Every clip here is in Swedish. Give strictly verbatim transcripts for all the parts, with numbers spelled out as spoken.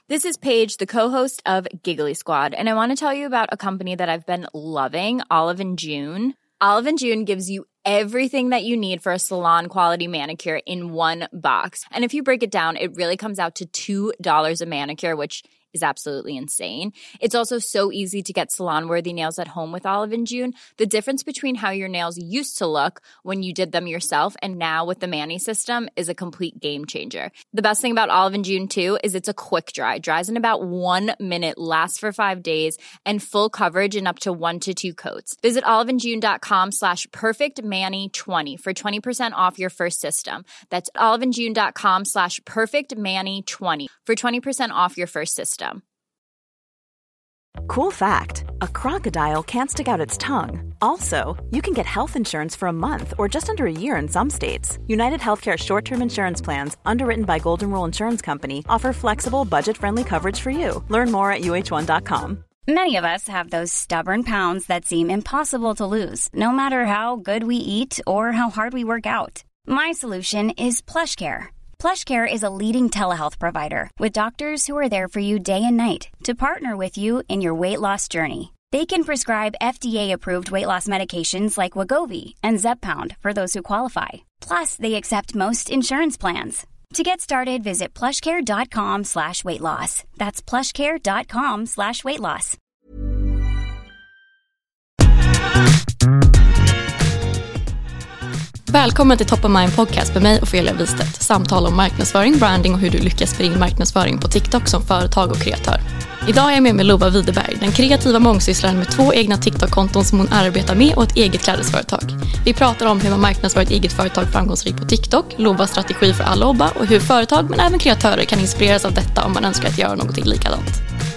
This is Paige, the co-host of Giggly Squad, and I want to tell you about a company that I've been loving, Olive and June. Olive and June gives you everything that you need for a salon-quality manicure in one box. And if you break it down, it really comes out to two dollars a manicure, which is absolutely insane. It's also so easy to get salon-worthy nails at home with Olive and June. The difference between how your nails used to look when you did them yourself and now with the Mani system is a complete game changer. The best thing about Olive and June, too, is it's a quick dry. Dries in about one minute, lasts for five days, and full coverage in up to one to two coats. Visit oliveandjune.com slash perfectmani20 for twenty percent off your first system. That's oliveandjune.com slash perfectmani20 for twenty percent off your first system. Cool fact, a crocodile can't stick out its tongue. Also, you can get health insurance for a month or just under a year in some states. United Healthcare short-term insurance plans, underwritten by Golden Rule Insurance Company, offer flexible, budget-friendly coverage for you. Learn more at U H one dot com. Many of us have those stubborn pounds that seem impossible to lose, no matter how good we eat or how hard we work out. My solution is PlushCare. PlushCare is a leading telehealth provider with doctors who are there for you day and night to partner with you in your weight loss journey. They can prescribe F D A-approved weight loss medications like Wegovy and Zepbound for those who qualify. Plus, they accept most insurance plans. To get started, visit plushcare.com slash weight loss. That's plushcare.com slash weight loss. Välkommen till Top of Mind Podcast med mig, Ophelia Wistedt. Samtal om marknadsföring, branding och hur du lyckas sprida din marknadsföring på TikTok som företag och kreatör. Idag är jag med med Lova Widerberg, den kreativa mångsysslaren med två egna TikTok-konton som hon arbetar med och ett eget klädesföretag. Vi pratar om hur man marknadsför ett eget företag framgångsrikt på TikTok, Lovas strategi för alla Lobba och hur företag men även kreatörer kan inspireras av detta om man önskar att göra något likadant.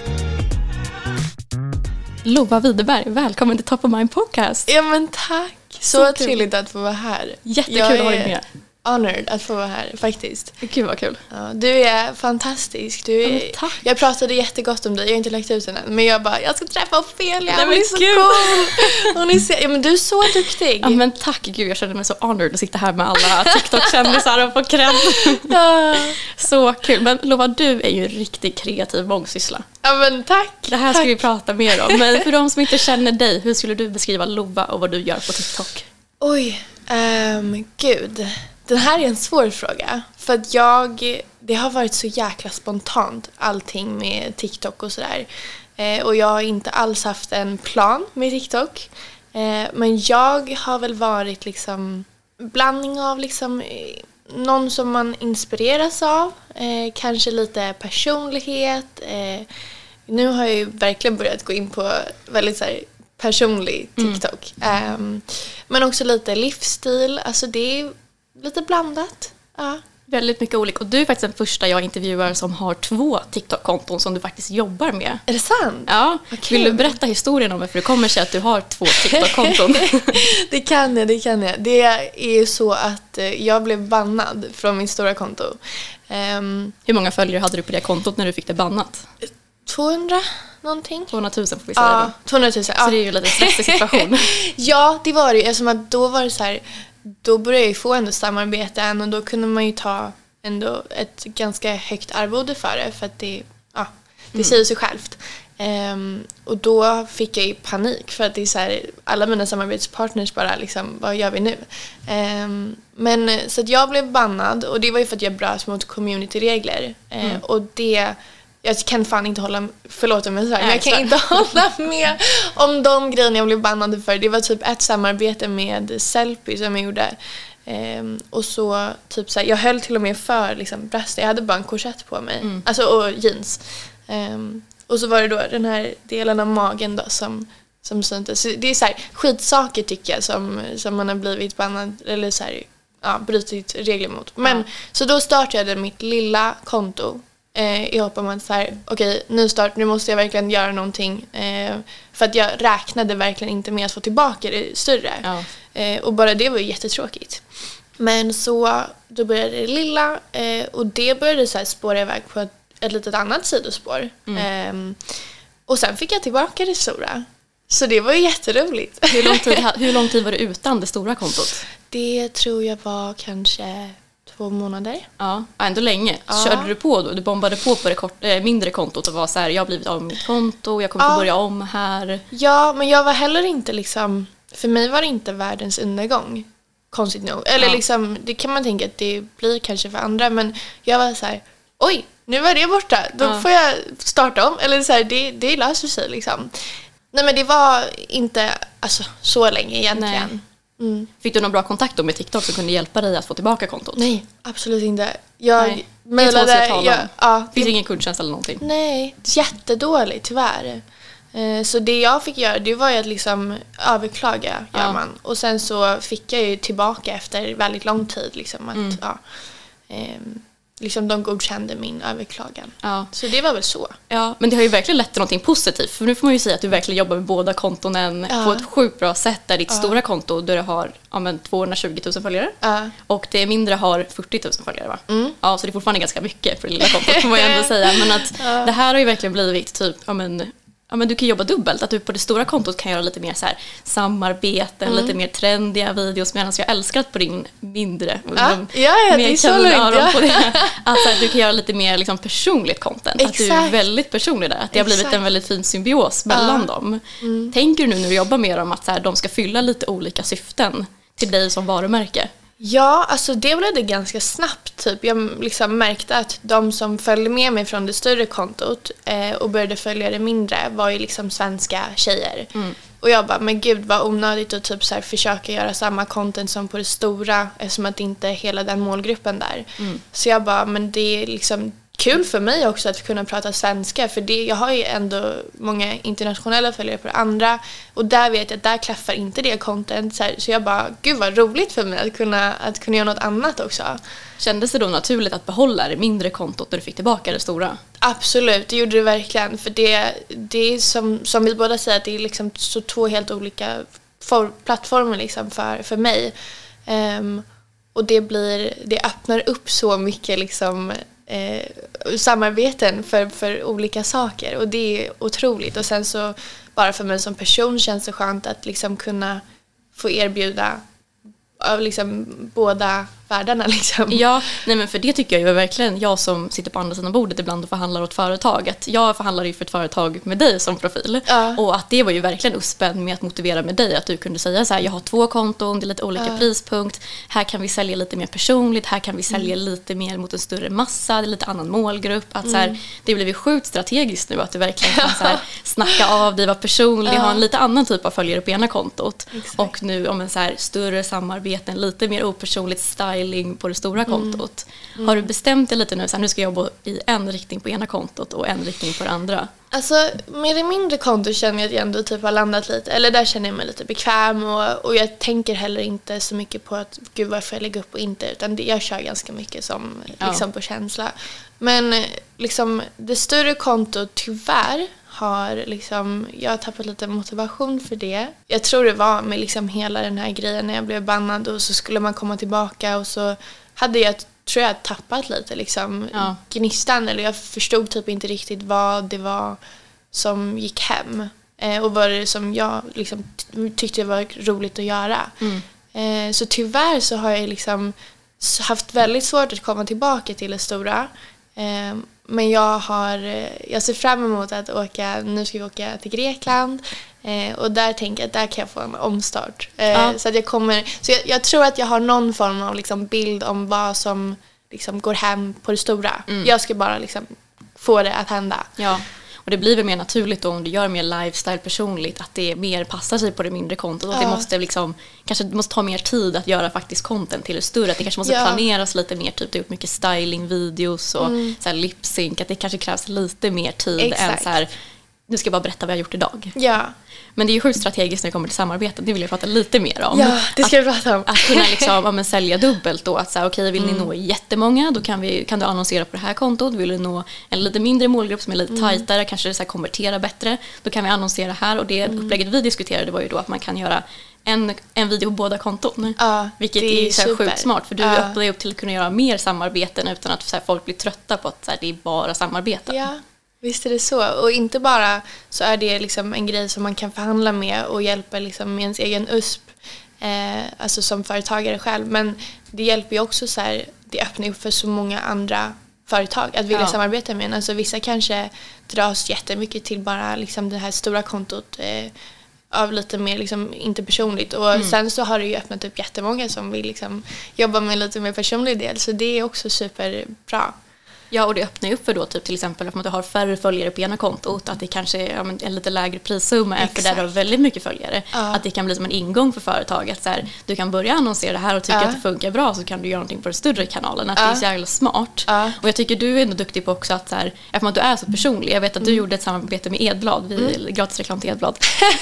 Lova Widerberg, välkommen till Top of Mind Podcast. Ja men tack. Så, så trevligt att få vara här. Jättekul jag att ha dig med. Honored att få vara här faktiskt. Gud vad kul. Ja, du är fantastisk. Du är, ja, jag pratade jättegott om dig. Jag har inte lagt ut den än, men jag bara jag ska träffa Ophelia. Hon är så kul. Cool. Hon är så, ja, men du är så duktig. Ja men tack gud, jag känner mig så honored att sitta här med alla TikTok-kändisar och få cred. Ja. Så kul. Men Lova, du är ju en riktigt kreativ mångsyssla. Ja men tack. Det här ska tack. vi prata mer om. Men för de som inte känner dig, hur skulle du beskriva Lova och vad du gör på TikTok? Oj, um, gud. Den här är en svår fråga. För att jag, det har varit så jäkla spontant allting med TikTok och sådär. Eh, och jag har inte alls haft en plan med TikTok. Eh, men jag har väl varit liksom blandning av liksom någon som man inspireras av. Eh, kanske lite personlighet. Eh, nu har jag ju verkligen börjat gå in på väldigt så här personlig TikTok. Mm. Um, men också lite livsstil. Alltså det är lite blandat. Ja. Väldigt mycket olika. Och du är faktiskt den första jag intervjuar som har två TikTok-konton som du faktiskt jobbar med. Är det sant? Ja. Okay. Vill du berätta historien om det? För det kommer sig att du har två TikTok-konton. Det kan jag, det kan jag. Det är så att jag blev bannad från mitt stora konto. Um, Hur många följare hade du på det kontot när du fick det bannat? tvåhundra någonting. tvåhundratusen får vi säga ja, då. tvåhundratusen. Så ja. det är ju lite stressig situation. Ja, det var det ju. Eftersom att då var det så här, då började jag ju få ändå samarbeten och då kunde man ju ta ändå ett ganska högt arvode för det. För att det, ja, det mm. säger sig självt. Um, och då fick jag ju panik för att det är så här, alla mina samarbetspartners bara liksom, vad gör vi nu? Um, men så att jag blev bannad och det var ju för att jag bröt mot community-regler. Uh, mm. Och det... Jag kan fan inte hålla, förlåt om jag säger, men jag kan inte hålla med om de grejerna jag blev bannade för. Det var typ ett samarbete med Selfie som jag gjorde. Ehm, och så typ så här, jag höll till och med för liksom bröst. Jag hade bara en korsett på mig. Mm. Alltså och jeans. Ehm, och så var det då den här delen av magen då som som syntes. Så det är så här skitsaker tycker jag som som man har blivit bannad eller så här, ja, brutit regler mot. Men ja. Så då startade jag mitt lilla konto. Eh, jag hoppar man så här, okej, okay, nu start, nu måste jag verkligen göra någonting. Eh, för att jag räknade verkligen inte med att få tillbaka det större. Ja. Eh, och bara det var ju jättetråkigt. Men så, då började det lilla. Eh, och det började så här spåra iväg på ett, ett litet annat sidospår. Mm. Eh, och sen fick jag tillbaka det stora. Så det var ju jätteroligt. Hur lång tid, hur lång tid var det utan det stora kontot? Det tror jag var kanske två månader. Ja, ändå länge. Ja. Körde du på då? Du bombade på på det kort, äh, mindre kontot och var så här, jag har blivit av med mitt konto, jag kommer Ja. få börja om här. Ja, men jag var heller inte liksom, för mig var det inte världens undergång. Konstigt nog. Eller Ja. liksom, det kan man tänka att det blir kanske för andra, men jag var så här, oj, nu var det borta. Då Ja. får jag starta om. Eller så här, det, det löser sig liksom. Nej, men det var inte alltså, så länge egentligen. Mm. Fick du någon bra kontakt då med TikTok som kunde hjälpa dig att få tillbaka kontot? Nej, absolut inte. Jag Nej. mejlade... Det är två jag, ja, Finns det, ingen kundtjänst eller någonting? nej, jättedåligt tyvärr. Eh, Så det jag fick göra, det var ju att liksom överklaga, gör Ja. man. Och sen så fick jag ju tillbaka efter väldigt lång tid liksom att, Mm. ja, ehm, liksom de godkände min överklagan. Ja. Så det var väl så. Ja, men det har ju verkligen lett till någonting positivt. För nu får man ju säga att du verkligen jobbar med båda kontonen Ja. på ett sjukt bra sätt. Där ditt Ja. stora konto, där du har ja, men tvåhundratjugo tusen följare. Ja. Och det mindre har fyrtio tusen följare, va? Mm. Ja, så det är fortfarande ganska mycket för det lilla kontot, får man ju ändå säga. Men att Ja. det här har ju verkligen blivit typ, ja men, ja men du kan jobba dubbelt. Att du på det stora kontot kan göra lite mer så här samarbeten, Mm. lite mer trendiga videos. Medan jag älskar att på din mindre, Ja, ja, ja, det är så kaninöron lugnt, ja. på det. Att så här, du kan göra lite mer liksom, personligt content. Att du är Exakt. väldigt personlig där. Att det har blivit Exakt. en väldigt fin symbios mellan Ja. dem. Tänker du nu när du jobbar med dem att så här, de ska fylla lite olika syften till dig som varumärke? Ja, alltså det blev det ganska snabbt typ. Jag liksom märkte att de som följde med mig från det större kontot eh, och började följa det mindre var ju liksom svenska tjejer. Mm. Och jag bara, men gud vad onödigt att typ så här försöka göra samma content som på det stora eftersom att det inte är hela den målgruppen där. Mm. Så jag bara, men det är liksom kul för mig också att kunna prata svenska för det, jag har ju ändå många internationella följare på det andra och där vet jag att där klaffar inte det content så, här, så jag bara, gud vad roligt för mig att kunna, att kunna göra något annat också. Kändes det då naturligt att behålla det mindre kontot när du fick tillbaka det stora? Absolut, det gjorde det verkligen för det, det är som, som vi båda säger att det är liksom så två helt olika for, plattformar liksom för, för mig um, och det blir, det öppnar upp så mycket liksom Eh, samarbeten för, för olika saker och det är otroligt och sen så bara för mig som person känns det skönt att liksom kunna få erbjuda av liksom båda världarna liksom. Ja, nej men för det tycker jag ju verkligen, jag som sitter på andra sidan bordet ibland och förhandlar åt företaget. Jag förhandlar ju för ett företag med dig som profil. Ja. Och att det var ju verkligen uspänd med att motivera med dig. Att du kunde säga så här, jag har två konton, det är lite olika Ja. prispunkt. Här kan vi sälja lite mer personligt, här kan vi sälja Mm. lite mer mot en större massa, det är lite annan målgrupp. Att så Mm. här, det blev ju sjukt strategiskt nu att du verkligen kan så här, snacka av dig, vara personlig, Ja. ha en lite annan typ av följare på ena kontot. Exakt. Och nu om en så här större samarbeten, lite mer opersonligt styling på det stora kontot. Har du bestämt dig lite nu, så här, nu ska jag jobba i en riktning på ena kontot och en riktning på det andra? Alltså med det mindre konto känner jag att jag ändå typ har landat lite, eller där känner jag mig lite bekväm och, och jag tänker heller inte så mycket på att gud vad får jag lägga upp och inte, utan det, jag kör ganska mycket som Ja. liksom på känsla. Men eh, liksom det större kontot tyvärr har liksom, jag har tappat lite motivation för det. Jag tror det var med liksom hela den här grejen när jag blev bannad och så skulle man komma tillbaka och så hade jag, tror jag, tappat lite liksom Ja. gnistan, eller jag förstod typ inte riktigt vad det var som gick hem eh, och vad det som jag liksom t- tyckte var roligt att göra. Mm. Eh, så tyvärr så har jag liksom s- haft väldigt svårt att komma tillbaka till det stora. Eh, men jag har eh, jag ser fram emot att åka, nu ska vi åka till Grekland eh, och där tänker jag att där kan jag få en omstart. Eh, Ja. Så att jag kommer, så jag, jag tror att jag har någon form av liksom bild om vad som liksom går hem på det stora. Mm. Jag ska bara liksom få det att hända. Ja, och det blir väl mer naturligt då om du gör mer lifestyle personligt, att det mer passar sig på det mindre kontot och att Ja. det måste liksom, kanske det måste ta mer tid att göra faktiskt content till det större, att det kanske måste Ja. planeras lite mer, typ ta upp mycket styling-videos och så här lip-sync, att det kanske krävs lite mer tid än Exakt. så här, nu ska jag bara berätta vad jag har gjort idag. Ja, Men det är ju sjukt strategiskt när det kommer till samarbete, det vill jag prata lite mer om. ja det ska att, vi prata om. Att kunna liksom, ja, men sälja dubbelt då. Att säga, okej, vill ni nå jättemånga, då kan, vi, kan du annonsera på det här kontot. Vill du nå en lite mindre målgrupp som är lite tajtare, kanske det så här konvertera bättre, då kan vi annonsera här. Och det upplägget vi diskuterade var ju då att man kan göra en, en video på båda konton. Ja, vilket det är är så här super. sjukt smart, för du Ja. öppnar ju upp till att kunna göra mer samarbeten utan att så här, folk blir trötta på att så här, det är bara samarbeten. Ja, visst är det så. Och inte bara så är det liksom en grej som man kan förhandla med och hjälpa liksom med ens egen U S P, eh, alltså som företagare själv. Men det hjälper ju också så här, det öppnar upp för så många andra företag att vilja ja. samarbeta med en. Alltså vissa kanske dras jättemycket till bara liksom det här stora kontot eh, av lite mer liksom inte personligt. Och mm. sen så har det ju öppnat upp jättemånga som vill liksom jobba med lite mer personlig del. Så det är också superbra. Ja, och det öppnar ju upp för då typ till exempel att du har färre följare på ena kontot, att det kanske är ja, men, en lite lägre prissumma för där du har väldigt mycket följare. Ja. Att det kan bli som en ingång för företaget. Så här, du kan börja annonsera det här och tycka ja. att det funkar bra, så kan du göra någonting på den större kanalen. Att ja. det är så jävla smart. Ja. Och jag tycker du är ändå duktig på också att så här, eftersom att du är så personlig. Jag vet att du mm. gjorde ett samarbete med Edblad, vi mm. gratis reklam till Edblad.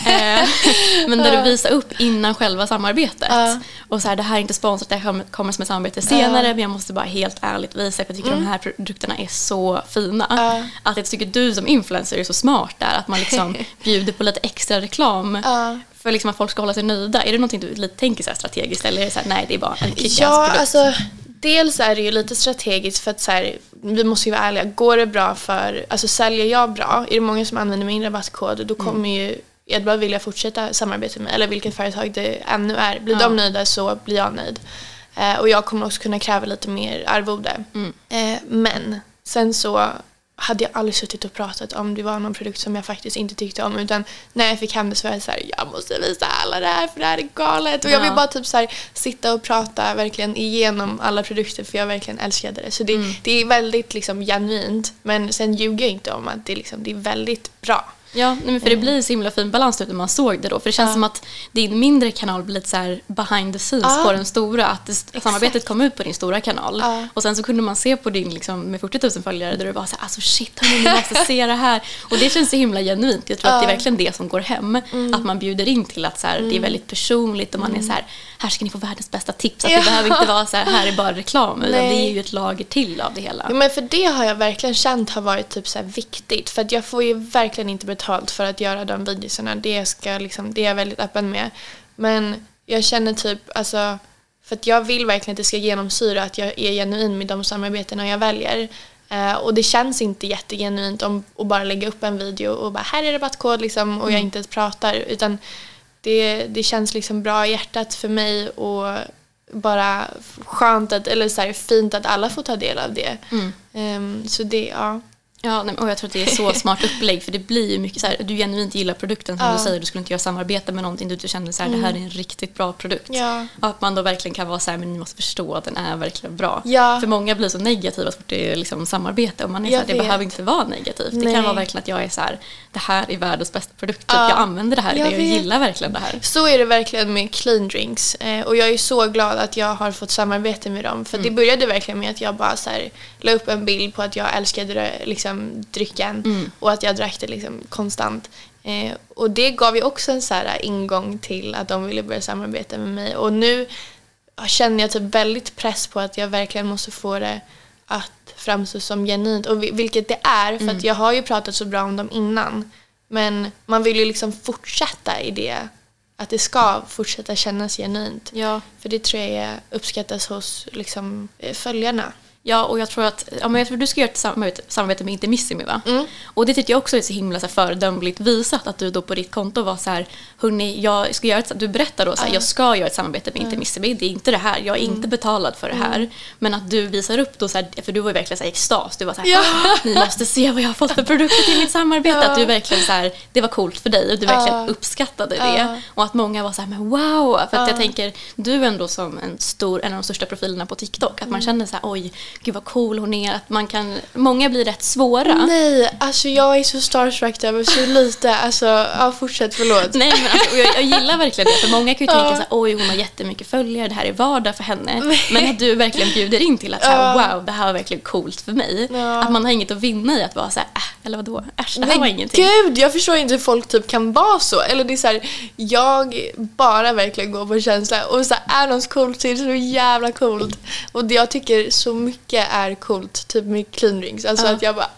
Men där du visar upp innan själva samarbetet. Ja. Och så här, det här är inte sponsrat, det här kommer som ett samarbete senare, ja. men jag måste bara helt ärligt visa, för jag tycker mm. de här produkterna är så fina. Uh. Att jag tycker du som influencer är så smart där, att man liksom bjuder på lite extra reklam uh. för liksom att folk ska hålla sig nöjda. Är det någonting du lite tänker så här strategiskt, eller är det så här, nej, det är bara en kick-ass ja, produkt? Alltså, dels är det ju lite strategiskt för att så här, vi måste ju vara ärliga. Går det bra för, alltså säljer jag bra, är det många som använder min rabattkod, då kommer mm. ju Edblad vilja fortsätta samarbeta med, eller vilket företag det ännu är. Blir ja. de nöjda så blir jag nöjd. Eh, och jag kommer också kunna kräva lite mer arvode. Mm. Eh, men sen så hade jag aldrig suttit och pratat om det var någon produkt som jag faktiskt inte tyckte om, utan när jag fick hem det så var jag så här, jag måste visa alla det här för det här är galet. Och jag vill bara typ så här, sitta och prata verkligen igenom alla produkter, för jag verkligen älskade det. Så det, mm. det är väldigt liksom genuint, men sen ljuger jag inte om att det, liksom, det är väldigt bra. Ja, men för det blir så himla fin balans när man såg det då. För det känns ja. som att din mindre kanal blir lite så här behind the scenes ja. på den stora. Att det, samarbetet kom ut på din stora kanal. Ja. Och sen så kunde man se på din liksom, med fyrtio tusen följare där du var så här, alltså shit, hörni, ni måste se det här. Och det känns så himla genuint. Jag tror ja. att det är verkligen det som går hem. Mm. Att man bjuder in till att så här, mm. det är väldigt personligt. Och man är så här, här ska ni få världens bästa tips. Att ja. det behöver inte vara så här, här är bara reklam. Utan det är ju ett lager till av det hela. Ja, men för det har jag verkligen känt har varit typ så här viktigt. För att jag får ju verkligen inte betalt för att göra de videorna. Det, ska liksom, det är jag väldigt öppen med. Men jag känner typ, alltså, för att jag vill verkligen att det ska genomsyra att jag är genuin med de samarbetena jag väljer. Uh, och det känns inte jättegenuint om att bara lägga upp en video och bara, här är rabattkod liksom, och mm. jag inte ens pratar. Utan det, det känns liksom bra i hjärtat för mig, och bara skönt att, eller så här, fint att alla får ta del av det. Mm. Um, så det, ja. Ja, och jag tror att det är så smart upplägg, för det blir ju mycket så här, du genuint gillar produkten som ja. du säger, du skulle inte göra samarbete med någonting, du känner så här, mm. det här är en riktigt bra produkt. Ja. Och att man då verkligen kan vara så här, men ni måste förstå att den är verkligen bra. Ja. För många blir så negativa så fort det är liksom samarbete, och man är så här, det behöver inte vara negativt. Nej. Det kan vara verkligen att jag är så här, det här är världens bästa produkt, typ, ja. jag använder det här, jag, det, jag gillar verkligen det här. Så är det verkligen med Clean Drinks, och jag är så glad att jag har fått samarbete med dem, för mm. det började verkligen med att jag bara så här, la upp en bild på att jag älskade det, liksom drycken. Mm. Och att jag drack det liksom konstant. Eh, och det gav ju också en så här ingång till att de ville börja samarbeta med mig. Och nu känner jag typ väldigt press på att jag verkligen måste få det att framstå som genuint. Och vilket det är, för mm. att jag har ju pratat så bra om dem innan. Men man vill ju liksom fortsätta i det. Att det ska fortsätta kännas genuint. Ja. För det tror jag uppskattas hos liksom, följarna. Ja, och jag tror att ja, men jag tror att du ska göra ett samarbete, samarbete med Intimissimi, va? Mm. Och det tycker jag också är så himla så här, föredömligt visat, att du då på ditt konto var så här, hörni, jag ska göra ett, du berättar då så här, uh. jag ska göra ett samarbete med Intimissimi, det är inte det här, jag är mm. inte betalad för det här. Mm. Men att du visar upp då så här, för du var ju verkligen så här extas, du var så här, ja. ni måste se vad jag har fått för produkter till mitt samarbete. Ja. Att du verkligen så här, det var coolt för dig och du verkligen uh. uppskattade det. Uh. Och att många var så här, men wow, för att uh. jag tänker, du är ändå som en stor, en av de största profilerna på TikTok, att mm. man känner så här, oj, gud vad cool hon är, att man kan, många blir rätt svåra. Nej, alltså jag är så starstruck över så lite, alltså, ja, fortsätt, förlåt. Nej, men alltså, jag, jag gillar verkligen det, för många kan ju tänka så här, oj, hon har jättemycket följare, det här är vardag för henne. Nej. Men att du verkligen bjuder in till att så här, wow, det här var verkligen coolt för mig. Ja. Att man har inget att vinna i att vara så här, äh, eller vadå, äsch, det här men var ingenting. Gud, jag förstår inte hur folk typ kan vara så, eller det är så här, jag bara verkligen går på känsla, och så här, är någon coolt så är det så jävla coolt. Och det jag tycker så mycket är coolt, typ med Clean Drinks, alltså uh. att jag bara, ah!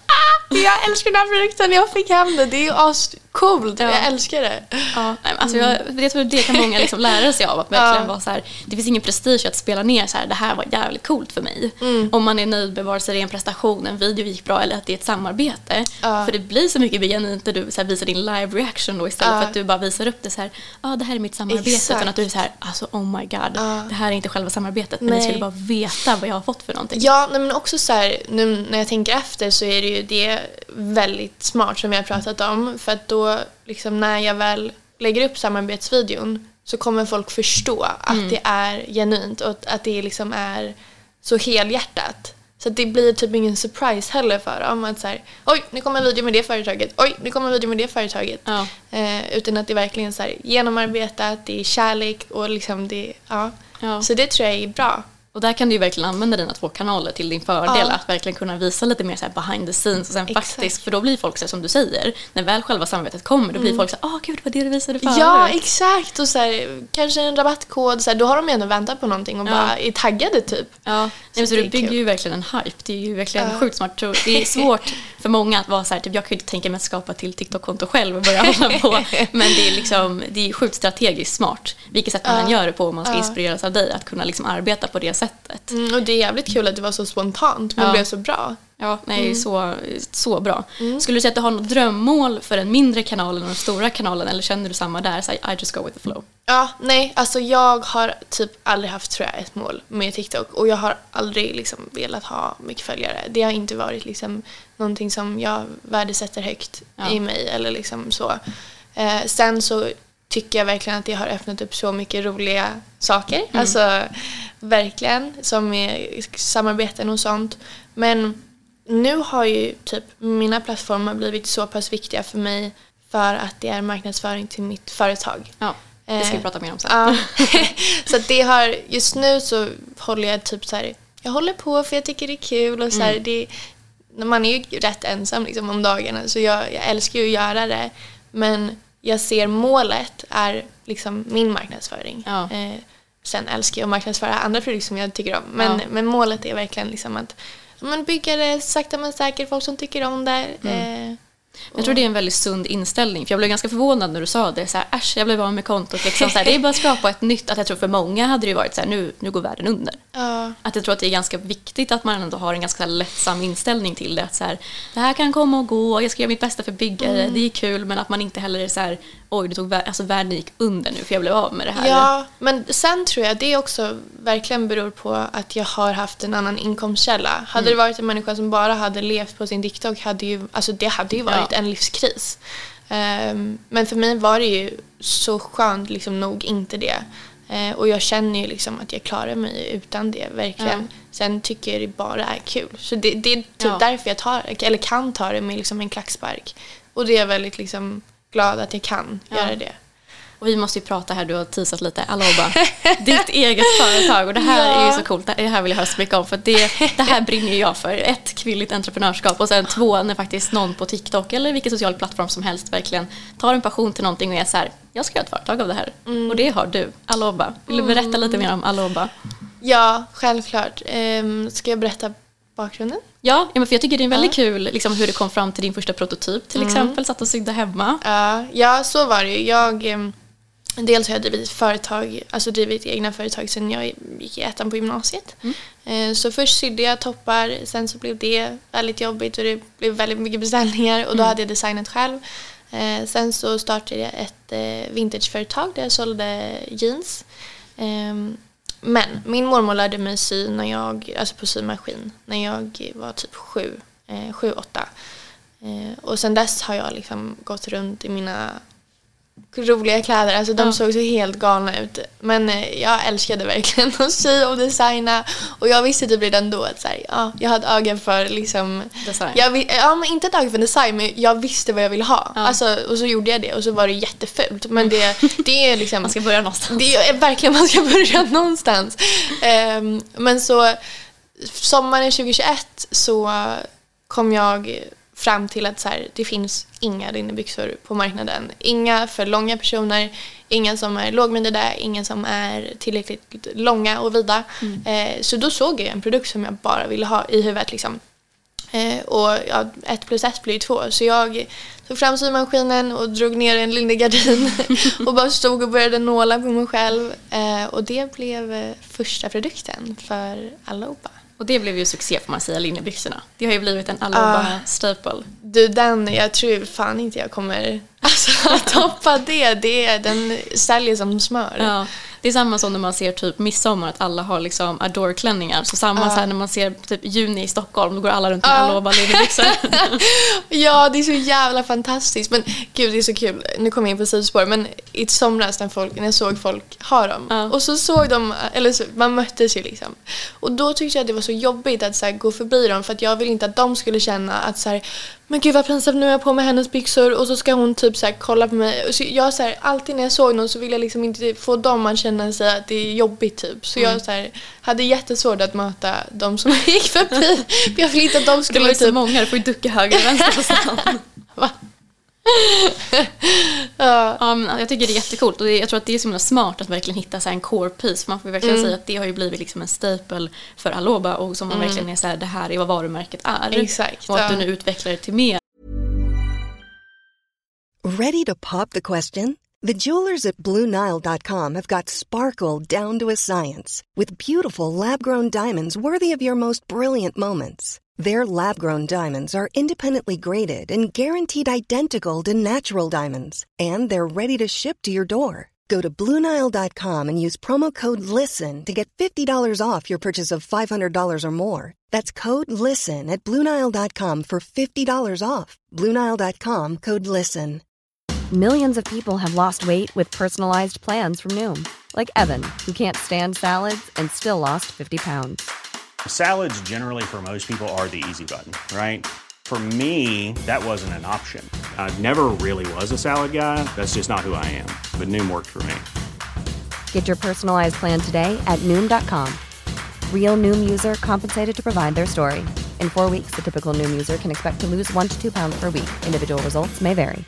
Jag älskar den här produkten, jag fick hem det. Det är ju ascoolt, ja. Jag älskar det. Ja, alltså jag, jag tror det kan många liksom lära sig av. Att verkligen ja. vara så här, det finns ingen prestige att spela ner så här, det här var jävligt coolt för mig. Mm. Om man är nöjd med vare sig det är en prestation, en video gick bra eller att det är ett samarbete. Ja. För det blir så mycket genuint när du så här, visar din live reaction då, istället ja. för att du bara visar upp det så här, ja ah, det här är mitt samarbete. Exakt. Utan att du är så här, alltså oh my god, ja. det här är inte själva samarbetet. Men nej. Ni skulle bara veta vad jag har fått för någonting. Ja, men också så här, nu när jag tänker efter så är det ju det väldigt smart som vi har pratat om. För att då, liksom, när jag väl lägger upp samarbetsvideon så kommer folk förstå att mm. det är genuint och att det liksom är så helhjärtat. Så att det blir typ ingen surprise heller för dem. Att så här, oj, nu kommer en video med det företaget. Oj, nu kommer en video med det företaget. Ja. Eh, utan att det verkligen så här, genomarbetat, det är kärlek och liksom det, ja. ja. Så det tror jag är bra. Och där kan du ju verkligen använda dina två kanaler till din fördel. Ja. Att verkligen kunna visa lite mer så här behind the scenes. Och sen exakt. faktiskt, för då blir folk så här, som du säger, när väl själva samarbetet kommer, då blir mm. folk så här, åh gud, vad det du visade förut. Ja, exakt. Och så här, kanske en rabattkod, så här, då har de ändå väntat på någonting och ja. bara är taggade typ. Ja, så, Nej, så du bygger kul. ju verkligen en hype. Det är ju verkligen ja. sjukt smart. Det är svårt för många att vara så här, typ, jag kan ju inte tänka mig att skapa till TikTok-konto själv och börja hålla på. Men det är liksom, det är sjukt strategiskt smart. Vilket sätt man ja. gör det på om man ska ja. inspireras av dig. Att kunna liksom arbeta på det sättet. Mm, och det är jävligt kul att det var så spontant, men ja. blev så bra. Ja, nej, mm. så, så bra. Mm. Skulle du säga att du har något drömmål för en mindre kanal än den stora kanalen, eller känner du samma där? Så I just go with the flow. Ja, nej, alltså jag har typ aldrig haft, tror jag, ett mål med TikTok. Och jag har aldrig liksom velat ha mycket följare. Det har inte varit liksom någonting som jag värdesätter högt ja. i mig, eller liksom så. Eh, sen så tycker jag verkligen att det har öppnat upp så mycket roliga saker. Mm. Alltså, verkligen, som är samarbeten och sånt. Men nu har ju typ mina plattformar blivit så pass viktiga för mig för att det är marknadsföring till mitt företag. Ja, det ska vi prata mer om sen. Ja. Så att det har, just nu så håller jag typ så här, jag håller på för jag tycker det är kul och så här, mm. det, man är ju rätt ensam liksom om dagarna, så jag, jag älskar ju att göra det, men jag ser målet är liksom min marknadsföring. Ja. Eh, sen älskar jag att marknadsföra andra produkter som jag tycker om, men, ja. men målet är verkligen liksom att man bygger det sakta men säkert, folk som tycker om det. Mm. Eh, jag tror det är en väldigt sund inställning. För jag blev ganska förvånad när du sa det. Så här, äsch, jag blev av med kontot. Liksom, så här, det är bara att skapa ett nytt. Att jag tror för många hade det varit så här, nu, nu går världen under. Uh. Att jag tror att det är ganska viktigt att man ändå har en ganska lättsam inställning till det. Att så här, det här kan komma och gå. Jag ska göra mitt bästa för byggare. Mm. Det är kul, men att man inte heller är så här, oj, det tog, alltså, världen gick under nu för jag blev av med det här. Ja, men sen tror jag det också verkligen beror på att jag har haft en annan inkomstkälla. Hade mm. det varit en människa som bara hade levt på sin TikTok, hade ju, alltså det hade ju varit ja. en livskris. Um, men för mig var det ju så skönt liksom nog inte det. Uh, och jag känner ju liksom att jag klarar mig utan det, verkligen. Mm. Sen tycker jag det bara är kul. Så det, det är typ ja. därför jag tar, eller kan ta det med liksom en klackspark. Och det är väldigt liksom glad att jag kan ja. göra det. Och vi måste ju prata här, du har teasat lite, Aloba, ditt eget företag. Och det här ja. är ju så coolt, det här vill jag höra så mycket om. För det, det här brinner jag för. Ett, kvinnligt entreprenörskap. Och sen två, när faktiskt någon på TikTok eller vilken social plattform som helst verkligen tar en passion till någonting och är så här, jag ska göra ett företag av det här. Mm. Och det har du, Aloba. Vill du berätta lite mer om Aloba? Ja, självklart. Um, ska jag berätta bakgrunden? Ja, men för jag tycker det är väldigt ja. kul liksom, hur det kom fram till din första prototyp till mm. exempel, satt och sydde hemma. Ja, ja, så var det ju. Jag, um, dels har jag drivit företag, alltså drivit egna företag sedan jag gick i ettan på gymnasiet. Mm. Uh, så först sydde jag toppar, sen så blev det väldigt jobbigt och det blev väldigt mycket beställningar och då mm. hade jag designat själv. Uh, sen så startade jag ett uh, vintageföretag där jag sålde jeans. Um, Men min mormor lärde mig sy när jag, alltså på symaskin, när jag var typ sju, eh, sju, åtta. Eh, och sen dess har jag liksom gått runt i mina roliga kläder. Alltså de ja. såg så helt galna ut. Men eh, jag älskade verkligen att sy och designa. Och jag visste typ redan då att så här, ja, jag hade ögon för liksom... Design? Jag, ja, men inte ett ögon för design, men jag visste vad jag ville ha. Ja. Alltså, och så gjorde jag det och så var det jättefult. Men det, det är liksom... Man ska börja någonstans. Det är verkligen, man ska börja någonstans. um, men så sommaren tjugohundratjugoett så kom jag fram till att så här, det finns inga linnebyxor på marknaden. Inga för långa personer, inga som är lågmidjade, inga som är tillräckligt långa och vida. Mm. Eh, så då såg jag en produkt som jag bara ville ha i huvudet. Liksom. Eh, och ja, ett plus ett blir två. Så jag tog fram symaskinen och drog ner en linnegardin och bara stod och började nåla på mig själv. Eh, och det blev eh, första produkten för Aloba. Och det blev ju succé får man säga, linnebyxorna. Det har ju blivit en Aloba uh, staple. Du, den, jag tror fan inte jag kommer alltså, att toppa det. det. Den säljer som smör. Ja. Det är samma som när man ser typ midsommar att alla har liksom Adore-klänningar. Så samma uh. så här när man ser typ juni i Stockholm, då går alla runt med uh. Aloba linnebyxor. Ja, det är så jävla fantastiskt. Men gud, det är så kul. Nu kommer jag in på sidospår. Men i somras när, folk, när jag såg folk ha dem. Uh. Och så såg de, eller så, man möttes ju liksom. Och då tyckte jag att det var så jobbigt att så här, gå förbi dem. För att jag ville inte att de skulle känna att så här, men gud vad pinsamt, nu är jag på med hennes byxor. Och så ska hon typ så här, kolla på mig. Så jag så här, alltid när jag såg någon så ville jag liksom inte få dem att känna sig att det är jobbigt typ. Så mm. jag så här, hade jättesvårt att möta de som gick förbi. Jag ville inte att de skulle det var ju typ... så många, du får ju ducka höger och vänster på stan. Va? Ja. Ja, men jag tycker det är jättecoolt och det, jag tror att det är så himla smart att verkligen hitta så här en core piece. Man får verkligen mm. säga att det har ju blivit liksom en staple för Aloba och som man mm. verkligen är så här, det här är vad varumärket är. Exakt. Och att ja. du nu utvecklar det till mer. Ready to pop the question? The jewelers at Blue Nile dot com have got sparkle down to a science with beautiful lab-grown diamonds worthy of your most brilliant moments. Their lab-grown diamonds are independently graded and guaranteed identical to natural diamonds. And they're ready to ship to your door. Go to Blue Nile dot com and use promo code LISTEN to get fifty dollars off your purchase of five hundred dollars or more. That's code LISTEN at Blue Nile dot com for fifty dollars off. Blue Nile dot com, code LISTEN. Millions of people have lost weight with personalized plans from Noom. Like Evan, who can't stand salads and still lost fifty pounds. Salads generally for most people are the easy button, right? For me, that wasn't an option. I never really was a salad guy. That's just not who I am. But Noom worked for me. Get your personalized plan today at Noom dot com. Real Noom user compensated to provide their story. In four weeks, the typical Noom user can expect to lose one to two pounds per week. Individual results may vary.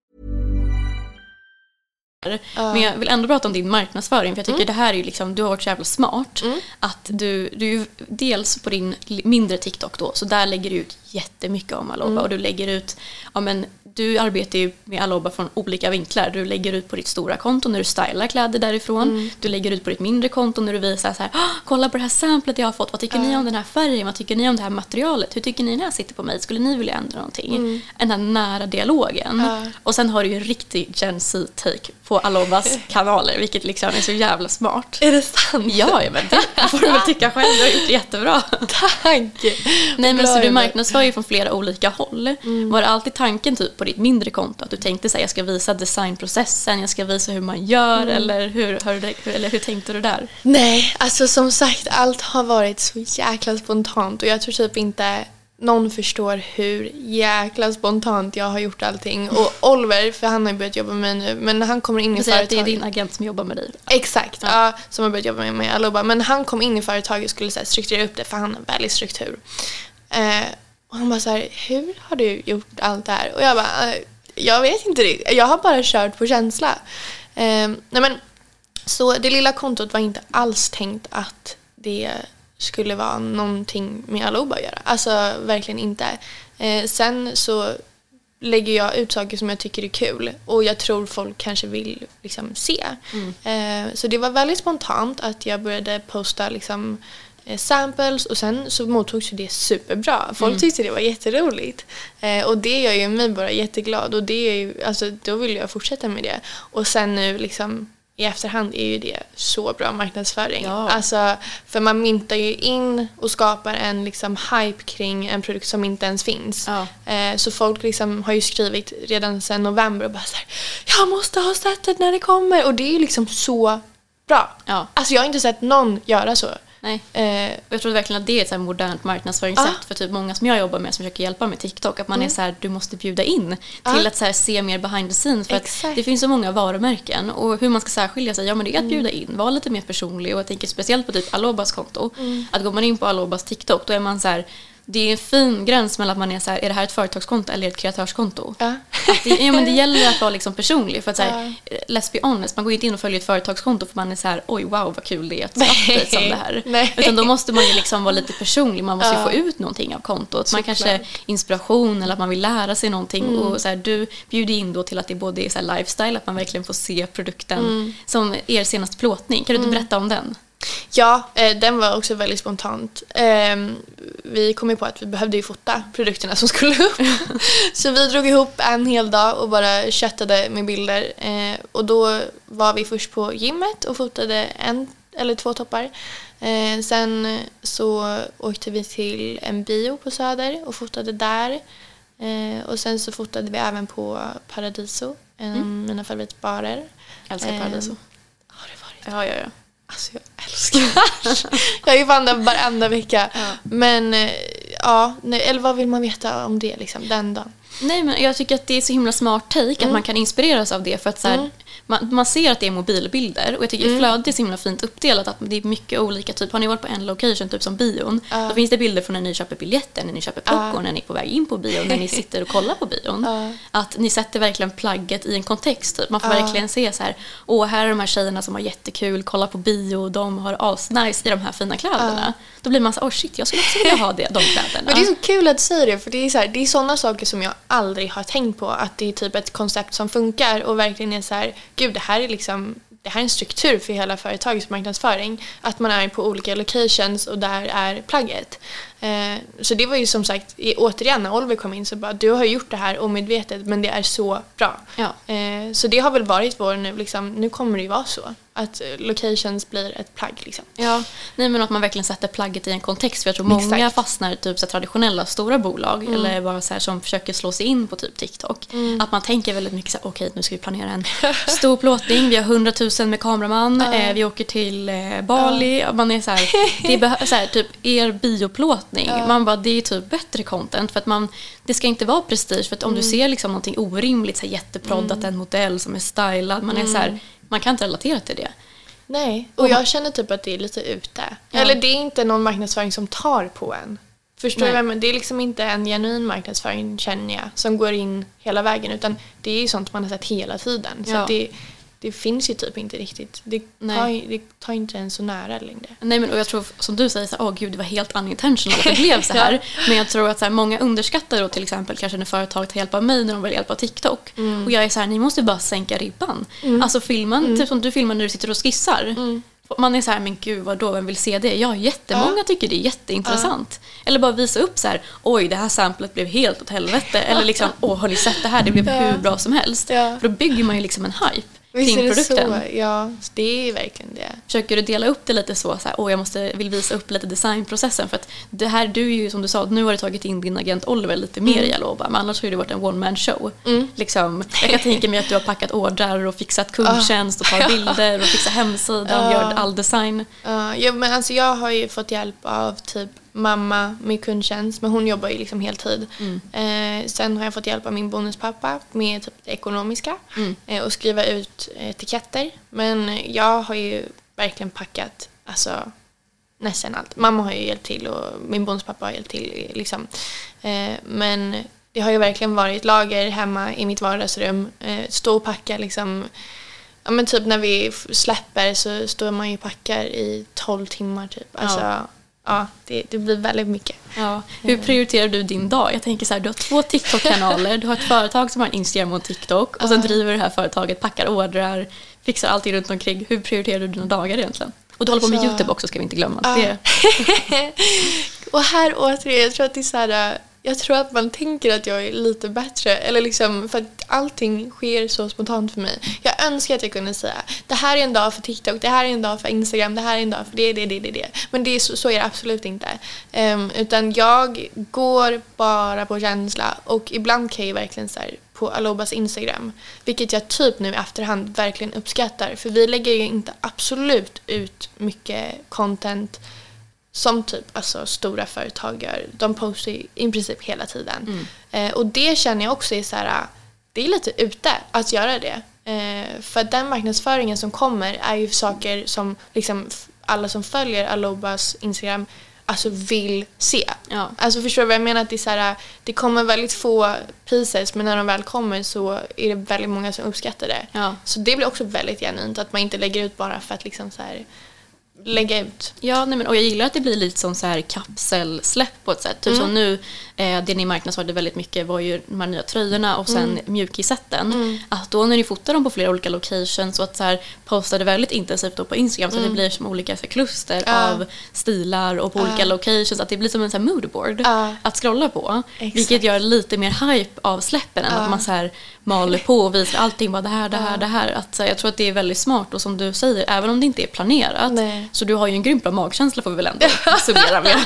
Men jag vill ändå prata om din marknadsföring. För jag tycker mm. det här är ju liksom, du har varit så jävla smart mm. att du, du ju dels på din mindre TikTok då, så där lägger du ut jättemycket om Aloba mm. och du lägger ut, ja men du arbetar ju med Aloba från olika vinklar. Du lägger ut på ditt stora konto när du stylar kläder därifrån. Mm. Du lägger ut på ditt mindre konto när du visar så här, kolla på det här samplet jag har fått. Vad tycker uh. ni om den här färgen? Vad tycker ni om det här materialet? Hur tycker ni den här sitter på mig? Skulle ni vilja ändra någonting? Mm. Den här nära dialogen. Uh. Och sen har du ju en riktig Gen Z-take på Alobas kanaler, vilket liksom är så jävla smart. Är det sant? Ja, men det får du väl tycka själv. Du har gjort det jättebra. Tack! Nej, men så du marknadsför ju från flera olika håll. Mm. Var det alltid tanken typ på ditt mindre konto att du tänkte så här, jag ska visa designprocessen, jag ska visa hur man gör mm. eller, hur, hur, eller hur tänkte du där? Nej, alltså som sagt, allt har varit så jäkla spontant och jag tror typ inte någon förstår hur jäkla spontant jag har gjort allting. Och Oliver, för han har ju börjat jobba med mig nu, men när han kommer in i företaget... Det är din agent som jobbar med dig? Exakt, ja. Ja, som har börjat jobba med mig, Aloba. Men han kom in i företaget och skulle så här, strukturera upp det, för han har väldigt struktur. Eh, och han bara så här, hur har du gjort allt det här? Och jag bara, jag vet inte det. Jag har bara kört på känsla. Eh, nej men, så det lilla kontot var inte alls tänkt att det skulle vara någonting med Aloba att göra. Alltså verkligen inte. Eh, sen så lägger jag ut saker som jag tycker är kul. Och jag tror folk kanske vill liksom se. Mm. Eh, så det var väldigt spontant att jag började posta liksom eh, samples. Och sen så mottogs det superbra. Folk mm. tyckte det var jätteroligt. Eh, och det gör ju mig bara jätteglad. Och det är ju, alltså, då vill jag fortsätta med det. Och sen nu liksom i efterhand är ju det så bra marknadsföring. Ja. Alltså, för man myntar ju in och skapar en liksom hype kring en produkt som inte ens finns. Ja. Eh, så folk liksom har ju skrivit redan sedan november och bara så här, jag måste ha sett det när det kommer. Och det är ju liksom så bra. Ja. Alltså jag har inte sett någon göra så. Nej. Eh, jag tror verkligen att det är ett så här modernt marknadsföringssätt ah. för typ många som jag jobbar med som försöker hjälpa med TikTok, att man mm. är så här, du måste bjuda in ah. till att så här, se mer behind the scenes, för att det finns så många varumärken och hur man ska särskilja sig, ja men det är att bjuda in, vara lite mer personlig, och jag tänker speciellt på typ Alobas konto, mm. att går man in på Alobas TikTok då är man så här, det är en fin gräns mellan att man är så här, är det här ett företagskonto eller ett kreatörskonto? Ja. att det, ja, men det gäller att vara liksom personlig. För att så här, ja. let's be honest, man går inte in och följer ett företagskonto för man är så här, oj wow vad kul det är att update som det här. Nej. Utan då måste man ju liksom vara lite personlig. Man måste ja. ju få ut någonting av kontot. Så man kanske inspiration eller att man vill lära sig någonting. Mm. Och så här, du bjuder in då till att det både är så här lifestyle, att man verkligen får se produkten mm. som er senaste plåtning. Kan du inte mm. berätta om den? Ja, eh, den var också väldigt spontant. Eh, vi kom ju på att vi behövde ju fota produkterna som skulle upp. Så vi drog ihop en hel dag och bara chattade med bilder. Eh, och då var vi först på gymmet och fotade en eller två toppar. Eh, sen så åkte vi till en bio på Söder och fotade där. Eh, och sen så fotade vi även på Paradiso, en av mm. mina favoritbarer. Jag älskar Paradiso. Eh, har det varit? Ja, ja, ja. Alltså jag älskar jag är ju fan där varenda vecka. Ja. Men ja, eller vad vill man veta om det liksom, den dagen? Nej, men jag tycker att det är så himla smart take mm. att man kan inspireras av det. För att så här, mm. man, man ser att det är mobilbilder. Och jag tycker mm. flödet är så himla fint uppdelat. Att det är mycket olika typ. Har ni varit på en location typ som bion uh. då finns det bilder från när ni köper biljetter, när ni köper popcorn, uh. när ni är på väg in på bion, när ni sitter och kollar på bion. Uh. Att ni sätter verkligen plagget i en kontext typ. Man får uh. verkligen se så här, åh här är de här tjejerna som har jättekul, kolla på bio, de har asnice i de här fina kläderna. Uh. Då blir man så, åh oh, shit, jag skulle också vilja ha det, de kläderna. Men det är så kul att säga det, för det är så här, det är sådana saker som jag aldrig har tänkt på, att det är typ ett koncept som funkar och verkligen är så här, gud det här är liksom, det här är en struktur för hela företagets marknadsföring, att man är på olika locations och där är plagget. Eh, så det var ju som sagt, i, återigen när Oliver kom in så bara, du har gjort det här omedvetet men det är så bra. Ja. Eh, så det har väl varit vår nu liksom, nu kommer det ju vara så att locations blir ett plagg liksom. Ja, nej men att man verkligen sätter plagget i en kontext, för jag tror många Exakt. fastnar typ så traditionella stora bolag mm. eller bara så här som försöker slå sig in på typ TikTok. Mm. Att man tänker väldigt mycket så här, okej, nu ska vi planera en stor plåtning, vi har hundratusen med kameraman, uh. eh, vi åker till eh, Bali, uh. man är så här, det är beh- så här typ er bioplåtning. Uh. Man bara, det är typ bättre content för att man, det ska inte vara prestige, för att om mm. du ser liksom någonting orimligt så här jätteproddat, mm. en modell som är stylad, man är mm. så här, man kan inte relatera till det. Nej, och jag känner typ att det är lite ute. Ja. Eller det är inte någon marknadsföring som tar på en. Förstår du? Men det är liksom inte en genuin marknadsföring, känner jag, som går in hela vägen. Utan det är ju sånt man har sett hela tiden. Så ja. att det, det finns ju typ inte riktigt. Det tar, det tar inte ens så nära längre. Nej, men och jag tror, som du säger, så åh gud, det var helt unintentional att det blev så här. ja. Men jag tror att så här, många underskattar då till exempel kanske när företag tar hjälp av mig när de vill hjälpa TikTok. Mm. Och jag är så här, ni måste bara sänka ribban. Mm. Alltså filmen, mm. typ som du filmar när du sitter och skissar. Mm. Man är så här, men gud, vad då, vem vill se det? Ja, jättemånga ja. tycker det är jätteintressant. Ja. Eller bara visa upp så här, oj, det här samplet blev helt åt helvete. Eller liksom, åh, har ni sett det här? Det blev ja. hur bra som helst. Ja. För då bygger man ju liksom en hype. Visst kring produkten. Så? Ja, det är verkligen det. Försöker du dela upp det lite så, så här, åh, jag måste, vill visa upp lite designprocessen, för att det här, du är ju som du sa, nu har du tagit in din agent Oliver lite mer mm. i Aloba, men annars har det varit en one-man show. Mm. Liksom, jag kan tänka mig att du har packat ordrar och fixat kundtjänst och tar bilder och fixat hemsidan och gör all design. Uh, ja, men alltså jag har ju fått hjälp av typ mamma med kundtjänst, men hon jobbar ju liksom heltid. Mm. Eh, sen har jag fått hjälp av min bonuspappa med typ det ekonomiska mm. eh, och skriva ut etiketter. Men jag har ju verkligen packat alltså nästan allt. Mamma har ju hjälpt till och min bonuspappa har hjälpt till liksom. Eh, men det har ju verkligen varit lager hemma i mitt vardagsrum. Eh, stå och packa liksom. Ja, men typ när vi släpper så står man ju och packar i tolv timmar typ. Alltså ja. Ja, det, det blir väldigt mycket. Ja. Hur prioriterar du din dag? Jag tänker så här, du har två TikTok-kanaler, du har ett företag som har en Instagram och TikTok och sen uh. driver det här företaget, packar ordrar, fixar allting runt omkring. Hur prioriterar du dina dagar egentligen? Och du håller på med så... YouTube också, ska vi inte glömma. Uh. Det. Och här återigen, jag tror att det är så här, jag tror att man tänker att jag är lite bättre, eller liksom, för att allting sker så spontant för mig. Jag önskar att jag kunde säga, det här är en dag för TikTok, det här är en dag för Instagram, det här är en dag för det, det, det, det, det. Men det är så, så är det absolut inte. Um, utan jag går bara på känsla, och ibland kan jag verkligen så här, på Alobas Instagram, vilket jag typ nu i efterhand verkligen uppskattar, för vi lägger ju inte absolut ut mycket content som typ alltså stora företag gör. De postar ju i princip hela tiden. Mm. Eh, och det känner jag också är så här, det är lite ute att göra det. Eh, för den marknadsföringen som kommer är ju saker som liksom alla som följer Alobas Instagram alltså vill se. Ja. Alltså förstår du vad jag menar? Att det, är så här, det kommer väldigt få pieces, men när de väl kommer så är det väldigt många som uppskattar det. Ja. Så det blir också väldigt genuint att man inte lägger ut bara för att liksom så här lägga ut. Ja, nej men, och jag gillar att det blir lite som så här kapselsläpp på ett sätt. Typ Mm. som nu, eh, det ni marknadsförde väldigt mycket var ju de här nya tröjorna och sen Mm. mjukissätten. Mm. Att då när ni fotar dem på flera olika locations så att så här postade väldigt intensivt då på Instagram så att det blir som olika så här, kluster Ja. av stilar och på Ja. olika locations. Att det blir som en så här moodboard Ja. att scrolla på. Exakt. Vilket gör lite mer hype av släppen än Ja. att man så här maler på och visar allting bara det här, det här, det här. Att, så här, jag tror att det är väldigt smart och som du säger, även om det inte är planerat. Nej. Så du har ju en grymt bra magkänsla får vi väl ändå summera med.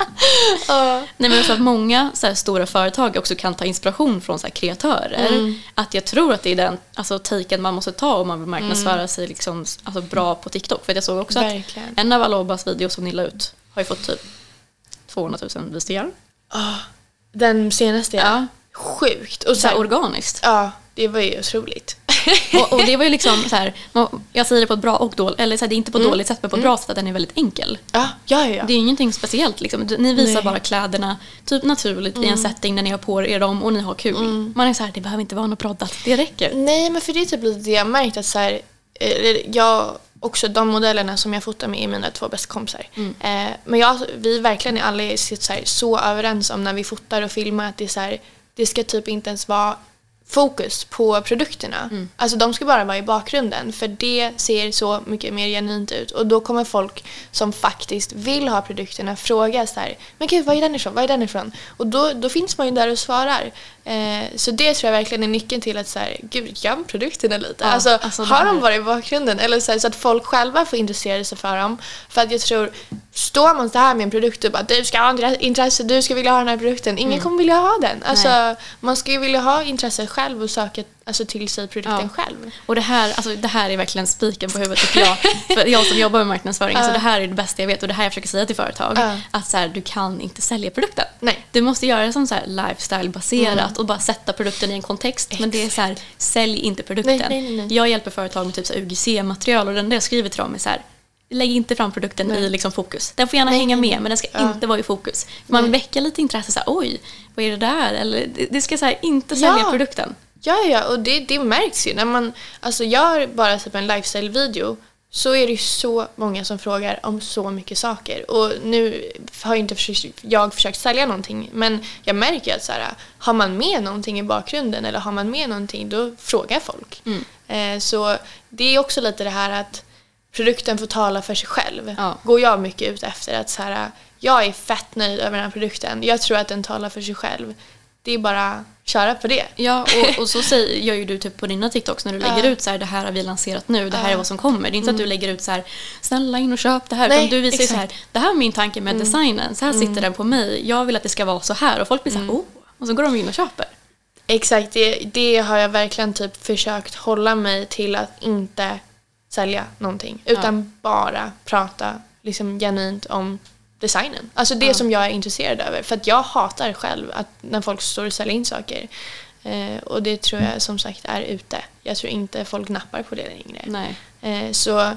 Ja. Nej, men jag tror att många så här, stora företag också kan ta inspiration från så här, kreatörer. Mm. Att jag tror att det är den alltså, taken man måste ta om man vill marknadsföra Mm. sig liksom, alltså, bra på TikTok. För jag såg också Verkligen. att en av Alobas videos som ni la ut har ju fått typ tvåhundratusen visningar. Ah, den senaste, ja. Ja. Sjukt. Och Så här, sen, organiskt. ja, det var ju otroligt. Och, och det var ju liksom så här, jag säger det på ett bra och dåligt, eller så här, det är inte på ett Mm. dåligt sätt men på ett bra sätt att den är väldigt enkel. Ja, ja, ja. Det är ju ingenting speciellt liksom. Ni visar Nej. bara kläderna typ naturligt i en setting där ni har på er dem och ni har kul. Man är så här, det behöver inte vara något proddat, det räcker. Nej, men för det är typ lite det jag märkt att så här, eh, jag också de modellerna som jag fotar med är mina två bästa kompisar. Mm. Eh, men jag, vi verkligen är alla så, här, så överens om när vi fotar och filmar att det är så här, det ska typ inte ens vara fokus på produkterna. Mm. Alltså de ska bara vara i bakgrunden för det ser så mycket mer genuint ut och då kommer folk som faktiskt vill ha produkterna fråga så här, men gud, vad är den ifrån? Vad är den ifrån? Och då, då finns man ju där och svarar. Eh, så det tror jag verkligen är nyckeln till att så här, gud, göm produkterna lite. Ja, alltså, alltså det har här- de varit i bakgrunden eller så, här, så att folk själva får intressera sig för dem. För att jag tror, står man så här med en produkt och bara, du ska ha intresse, du ska vilja ha den här produkten. Ingen Mm. kommer vilja ha den. Alltså, Nej. man ska ju vilja ha intresse själv och söka alltså, till sig produkten Ja. själv. Och det här, alltså, det här är verkligen spiken på huvudet tycker jag. För jag som jobbar med marknadsföring, Ja. så det här är det bästa jag vet och det här jag försöker säga till företag. Ja. Att så här, du kan inte sälja produkten. Nej. Du måste göra det som så här lifestyle-baserat och bara sätta produkten i en kontext. Men det är så här, sälj inte produkten. Nej, nej, nej, nej. Jag hjälper företag med typ så här U G C-material och den där jag skriver till dem är så här, lägg inte fram produkten Nej. i liksom fokus. Den får gärna Nej, hänga nej, med nej. men den ska Ja. inte vara i fokus. För man vill Nej. väcka lite intresse så här, oj, vad är det där? Eller det, det ska så här, inte sälja Ja. produkten. Ja, ja, och det, det märks ju. När man alltså, gör bara typ en lifestyle-video så är det ju så många som frågar om så mycket saker. Och nu har inte försökt, jag försökt sälja någonting, men jag märker att så här, har man med någonting i bakgrunden eller har man med någonting, då frågar folk. Mm. Eh, så det är också lite det här att produkten får tala för sig själv. Ja. Går jag mycket ut efter att så här, jag är fett nöjd över den här produkten. Jag tror att den talar för sig själv. Det är bara köra på det. Ja, och, och så säger, gör ju du typ på dina TikToks när du lägger Ja. ut så här, det här har vi lanserat nu, det här Ja. är vad som kommer. Det är inte så att du lägger ut så här, snälla in och köp det här. Nej, Utan du visar ju så här, exakt. det här är min tanke med designen, så här sitter den på mig. Jag vill att det ska vara så här och folk blir så här, oh, och så går de in och köper. Exakt, det, det har jag verkligen typ försökt hålla mig till att inte sälja någonting. Utan bara prata liksom genuint om designen. Alltså det Ja. som jag är intresserad över. För att jag hatar själv att när folk står och säljer in saker. Eh, och det tror jag som sagt är ute. Jag tror inte folk nappar på det längre. Nej. Eh, så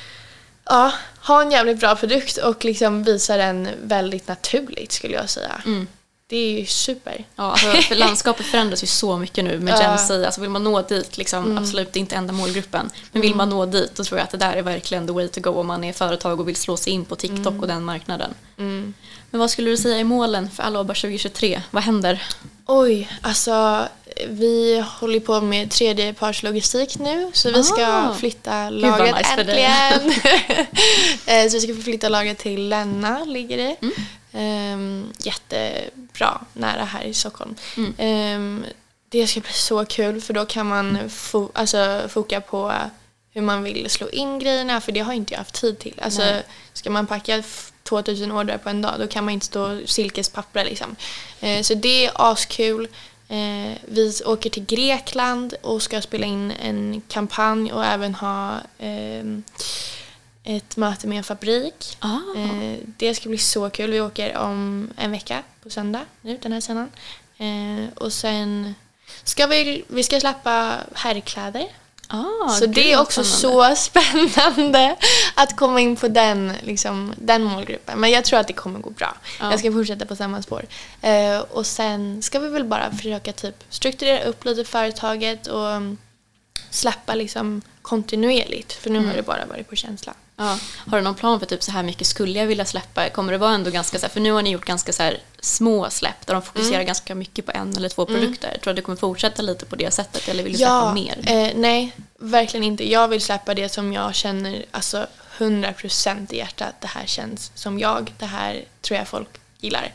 ja, ha en jävligt bra produkt och liksom visa den väldigt naturligt skulle jag säga. Mm. Det är ju super. Ja, alltså, för landskapet förändras ju så mycket nu med Ja. Gen Z. Alltså vill man nå dit, liksom, absolut inte enda målgruppen. Men vill man nå dit, då tror jag att det där är verkligen the way to go om man är företag och vill slå sig in på TikTok och den marknaden. Mm. Men vad skulle du säga är målen för Aloba tjugohundratjugotre? Vad händer? Oj, alltså vi håller på med tredjepartslogistik nu. Så vi ska Ah. flytta vad lagret nice för dig. äntligen. Eh, så vi ska få flytta lagret till Länna, ligger det. Mm. Ehm, jättebra, nära här i Stockholm. Mm. Ehm, det ska bli så kul för då kan man fo- alltså, foka på hur man vill slå in grejerna. För det har inte jag haft tid till. Alltså, Nej. ska man packa f- tvåtusen ordrar på en dag, då kan man inte stå silkespapper liksom. Eh, så det är askul. Eh, vi åker till Grekland och ska spela in en kampanj och även ha ehm, ett möte med en fabrik. Ah. Eh, det ska bli så kul. Vi åker om en vecka på söndag nu den här söndagen. Eh, och sen ska vi, vi ska släppa herrkläder. Ah, så det är också spännande. så spännande att komma in på den, liksom, den målgruppen. Men jag tror att det kommer gå bra. Ja. Jag ska fortsätta på samma spår. Uh, och sen ska vi väl bara försöka typ strukturera upp lite företaget och um, släppa liksom kontinuerligt. För nu mm. har det bara varit på känsla. Ja. Har du någon plan för typ så här mycket skulle jag vilja släppa? Kommer det vara ändå ganska så här, för nu har ni gjort ganska så här små släpp där de fokuserar mm. ganska mycket på en eller två produkter. Mm. Tror du att du kommer fortsätta lite på det sättet eller vill du ja, släppa mer? Eh, nej, verkligen inte. Jag vill släppa det som jag känner, alltså hundra procent i hjärtat. Det här känns som jag. Det här tror jag folk gillar.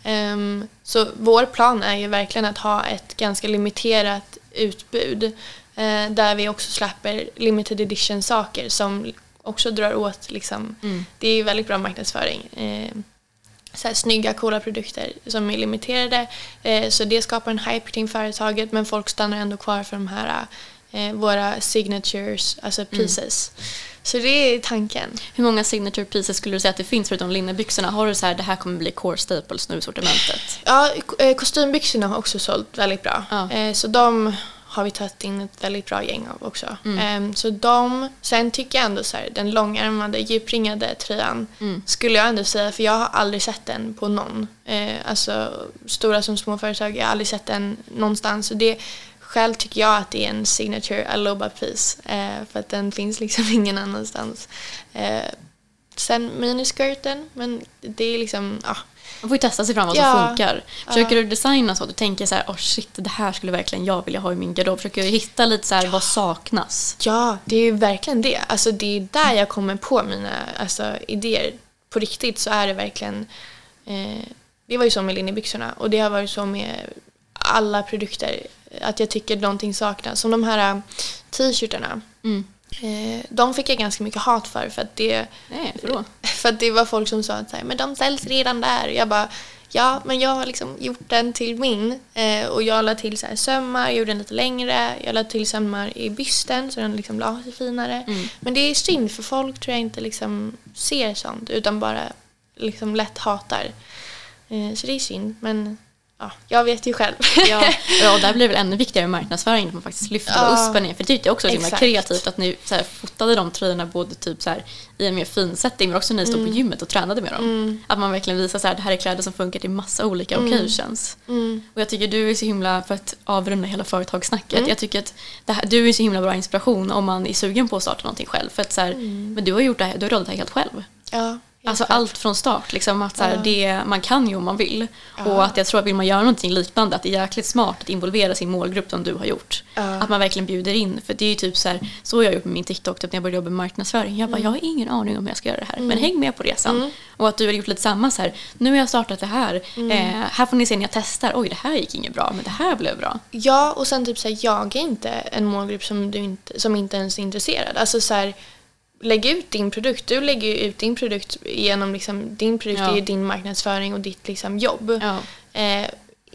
Um, så vår plan är ju verkligen att ha ett ganska limiterat utbud eh, där vi också släpper limited edition saker som också drar åt liksom, mm. det är ju väldigt bra marknadsföring. Eh, så här, snygga, coola produkter som är limiterade. Eh, så det skapar en hype kring företaget, men folk stannar ändå kvar för de här eh, våra signatures, alltså pieces. Mm. Så det är tanken. Hur många signature pieces skulle du säga att det finns förutom linnebyxorna? Har du så här, det här kommer bli core staples nu i sortimentet? Ja, kostymbyxorna har också sålt väldigt bra. Ja. Eh, så de har vi tagit in ett väldigt bra gäng av också. Mm. Um, så de, sen tycker jag ändå så här, den långärmade, djupringade tröjan mm. skulle jag ändå säga, för jag har aldrig sett den på någon. Uh, alltså stora som små företag, jag har aldrig sett den någonstans. Så det, själv tycker jag att det är en signature Aloba piece. Uh, för att den finns liksom ingen annanstans. Uh, sen miniskirten, men det är liksom, ja. Uh, Man får ju testa sig fram vad som ja, funkar. Försöker ja. du designa så att du tänker så här, oh shit, det här skulle verkligen jag vilja ha i min garderob. Försöker du hitta lite så här, ja. vad saknas? Ja, det är ju verkligen det. Alltså det är där jag kommer på mina alltså, idéer. På riktigt så är det verkligen, eh, det var ju så med linnebyxorna. Och det har varit så med alla produkter. Att jag tycker någonting saknas. Som de här t-shirtarna. Mm. De fick jag ganska mycket hat för för att det, Nej, för, då? för att det var folk som sa att så här, men de säljs redan där. Jag bara, ja, men jag har liksom gjort den till min och jag la till så här sömmar, gjorde den lite längre, jag la till sömmar i bysten så den liksom la sig finare. Mm. Men det är synd för folk tror jag inte liksom ser sånt utan bara liksom lätt hatar. Så det är synd, men ja, jag vet ju själv. Ja, och där blir det väl ännu viktigare med marknadsföring att man faktiskt lyfter ja, och uspar ner. För det tyckte jag också var så kreativt att ni så här, fotade de tröjorna både typ så här, i en mer fin setting men också när ni stod mm. på gymmet och tränade med dem. Mm. Att man verkligen visar så här, det här är kläder som funkar till massa olika mm. occasions. Mm. Och jag tycker du är så himla, för att avrunda hela företagssnacket, mm. jag tycker att det här, du är så himla bra inspiration om man är sugen på att starta någonting själv. För att så här, mm. men du har gjort det här, du har rådat det här helt själv. Ja. Alltså allt från start liksom, att så här, det, man kan ju om man vill ja. och att jag tror att vill man göra någonting liknande att det är jäkligt smart att involvera sin målgrupp som du har gjort ja. att man verkligen bjuder in, för det är ju typ så här, så jag har gjort med min TikTok typ, när jag började jobba med marknadsföring, jag bara, mm. jag har ingen aning om hur jag ska göra det här mm. men häng med på resan mm. och att du har gjort lite samma så här, nu har jag startat det här mm. eh, här får ni se när jag testar, oj det här gick inget bra men det här blev bra. Ja, och sen typ så här, jag är inte en målgrupp som, du inte, som inte ens är intresserad, alltså så här, lägg ut din produkt. Du lägger ut din produkt genom liksom, din produkt ja. är din marknadsföring och ditt liksom, jobb. Ja. Eh,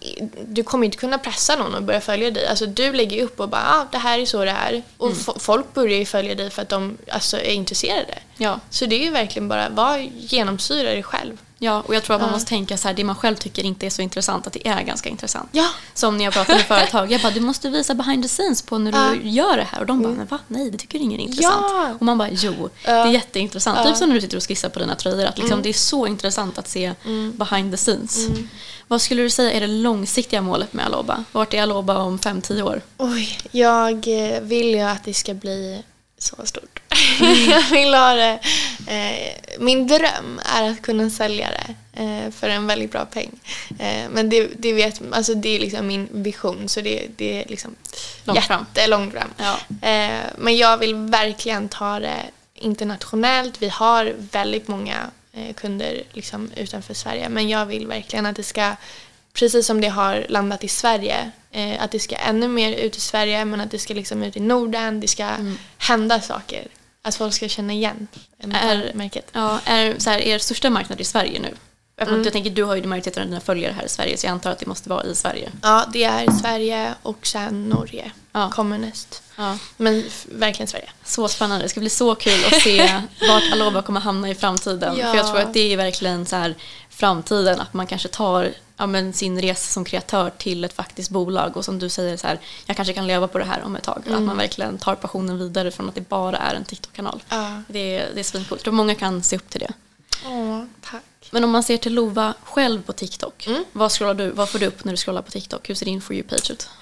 du kommer inte kunna pressa någon att börja följa dig. Alltså, du lägger upp och bara, ah, det här är så det är. Och mm. f- folk börjar ju följa dig för att de alltså, är intresserade. Ja. Så det är ju verkligen bara, vad genomsyrar dig själv. Ja, och jag tror att man ja. måste tänka så här, det man själv tycker inte är så intressant, att det är ganska intressant. Ja. Som när jag pratar med företag, jag bara, du måste visa behind the scenes på när ja. du gör det här. Och de bara, men va? Nej, det tycker ingen är intressant. Ja. Och man bara, jo, ja. det är jätteintressant. Ja. Typ som när du sitter och skissar på dina tröjor, att liksom, mm. det är så intressant att se mm. behind the scenes. Mm. Vad skulle du säga är det långsiktiga målet med Aloba? Vart är Aloba om fem till tio år? Oj, jag vill ju att det ska bli så stort. Mm. Jag vill ha det. Eh, min dröm är att kunna sälja det eh, för en väldigt bra peng. Eh, men det, det, vet, alltså det är liksom min vision, så det, det är liksom långt fram. jättelångt fram. Ja. Eh, men jag vill verkligen ta det internationellt. Vi har väldigt många eh, kunder liksom utanför Sverige, men jag vill verkligen att det ska, precis som det har landat i Sverige, eh, att det ska ännu mer ut i Sverige, men att det ska liksom ut i Norden, det ska mm. hända saker. Att folk ska känna igen är, märket. Ja, är så här, er största marknad i Sverige nu? Mm. Jag tänker, du har ju majoriteten av dina följare här i Sverige, så jag antar att det måste vara i Sverige. Ja, det är Sverige och sen Norge ja. kommer näst. Ja. Men f- verkligen Sverige. Så spännande. Det ska bli så kul att se vart Aloba kommer hamna i framtiden. Ja. För jag tror att det är verkligen så här framtiden, att man kanske tar ja, men sin resa som kreatör till ett faktiskt bolag. Och som du säger, så här, jag kanske kan leva på det här om ett tag. Mm. Att man verkligen tar passionen vidare från att det bara är en TikTok-kanal. Ja. Det, är, det är svincoolt. Jag tror många kan se upp till det. Åh, tack. Men om man ser till Lova själv på TikTok, Mm. vad, scrollar du, vad får du upp när du scrollar på TikTok? Hur ser din For You-page ut?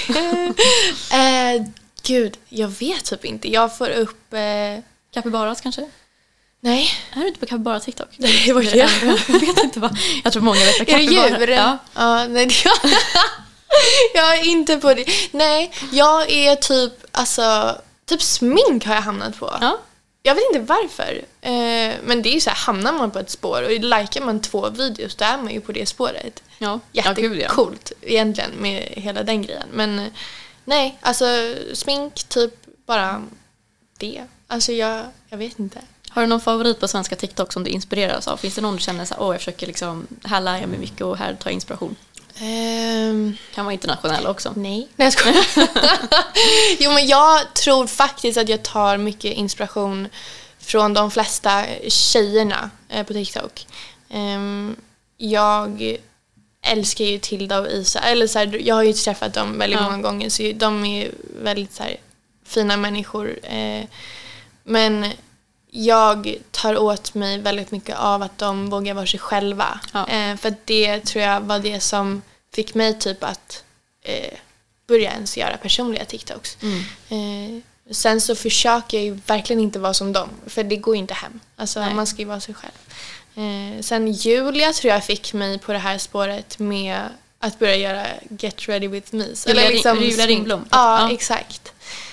eh, gud, jag vet typ inte. Jag får upp... Eh... Capybaras kanske? Nej. Är du inte på Capybara TikTok? Nej, vad är det? Jag vet inte vad. Jag tror många vet vad Capybara är. Är det djur? Ja. Ja, nej, jag, jag är inte på det. Nej, jag är typ, alltså, typ smink har jag hamnat på. Ja. Jag vet inte varför. Eh, men det är ju så här, hamnar man på ett spår och likar man två videos, då är man ju på det spåret. Ja. Jättecoolt ja, egentligen med hela den grejen. Men nej, alltså smink, typ bara det. Alltså jag, jag vet inte. Har du någon favorit på svenska TikTok som du inspireras av? Finns det någon du känner så här, åh jag försöker liksom, här lär jag mig mycket och här tar jag inspiration? Um, kan vara internationell också. Nej. Nej, jag skojar. Jo, men jag tror faktiskt att jag tar mycket inspiration från de flesta tjejerna eh, på TikTok. Um, jag älskar ju Tilda och Isa. Eller så här, jag har ju träffat dem väldigt ja. många gånger, så de är väldigt så här, fina människor. Eh, men jag tar åt mig väldigt mycket av att de vågar vara sig själva. Ja. Eh, för det tror jag var det som fick mig typ att eh, börja ens göra personliga TikToks. Mm. Eh, sen så försöker jag ju verkligen inte vara som dem. För det går ju inte hem. Alltså Nej. man ska ju vara sig själv. Eh, sen Julia tror jag fick mig på det här spåret med att börja göra Get Ready With Me. Eller liksom Julia Ringblom. Ja, ja, exakt.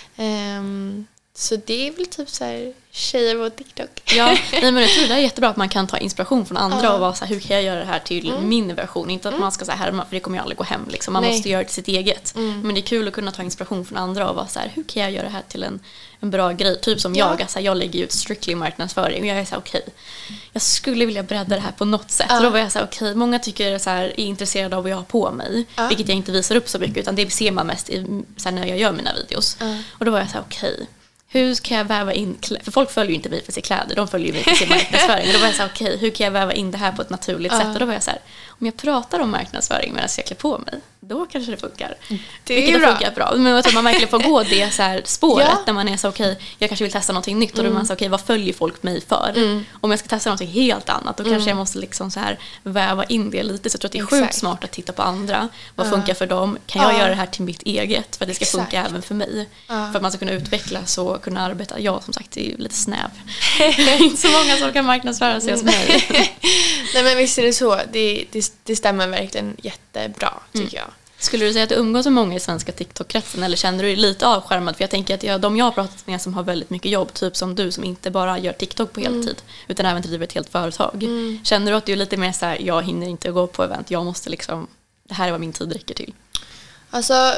Um, så det är väl typ så här tjejer på TikTok. Ja, nej, men jag tror det är jättebra att man kan ta inspiration från andra uh. och vara så här, hur kan jag göra det här till mm. min version? Inte att mm. man ska så här härma, för det kommer ju aldrig gå hem liksom. Man nej. måste göra det till sitt eget. Mm. Men det är kul att kunna ta inspiration från andra och vara så här, hur kan jag göra det här till en, en bra grej? Typ som ja. jag, alltså, jag lägger ut strictly marknadsföring och jag är så här, okej, okay, jag skulle vilja bredda det här på något sätt. Uh. Och då var jag så här, okej, okay, många tycker så här, är intresserade av vad jag har på mig, uh. vilket jag inte visar upp så mycket, utan det ser man mest i, så här, när jag gör mina videos. Uh. Och då var jag så här, okej, okay, hur kan jag väva in kläder? För folk följer ju inte mig för sig kläder, de följer ju mig för sin marknadsföring. Och då var jag så här, okej, okay, hur kan jag väva in det här på ett naturligt uh. sätt? Och då var jag så här, om jag pratar om marknadsföring medan jag klär på mig, då kanske det funkar. Det är Vilket bra. funkar bra. Men att man verkligen får gå det så här spåret ja. när man är så okej, okay, jag kanske vill testa någonting nytt. Och då är man så okej, okay, vad följer folk mig för? Mm. Om jag ska testa någonting helt annat, då mm. kanske jag måste liksom så här väva in det lite. Så jag tror att det är Exakt. sjukt smart att titta på andra. Vad uh. funkar för dem? Kan jag uh. göra det här till mitt eget? För att det ska Exakt. funka även för mig. Uh. För att man ska kunna utvecklas och kunna arbeta. Jag som sagt är ju lite snäv. Inte så många som kan marknadsföra sig hos mig. Nej, men visst är det så. Det, det, det stämmer verkligen jättebra, tycker mm. jag. Skulle du säga att du umgås med många i svenska TikTok-kretsen, eller känner du dig lite avskärmad? För jag tänker att jag, de jag har pratat med som har väldigt mycket jobb, typ som du, som inte bara gör TikTok på heltid mm. utan även driver ett helt företag. Mm. Känner du att du är lite mer så här, jag hinner inte gå på event, jag måste liksom, det här är vad min tid räcker till? Alltså,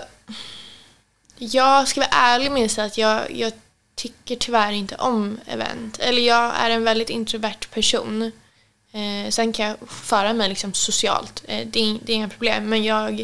jag ska vara ärlig med sig att jag, jag tycker tyvärr inte om event. Eller jag är en väldigt introvert person. Eh, sen kan jag föra mig liksom socialt. Eh, det, är, det är inga problem. Men jag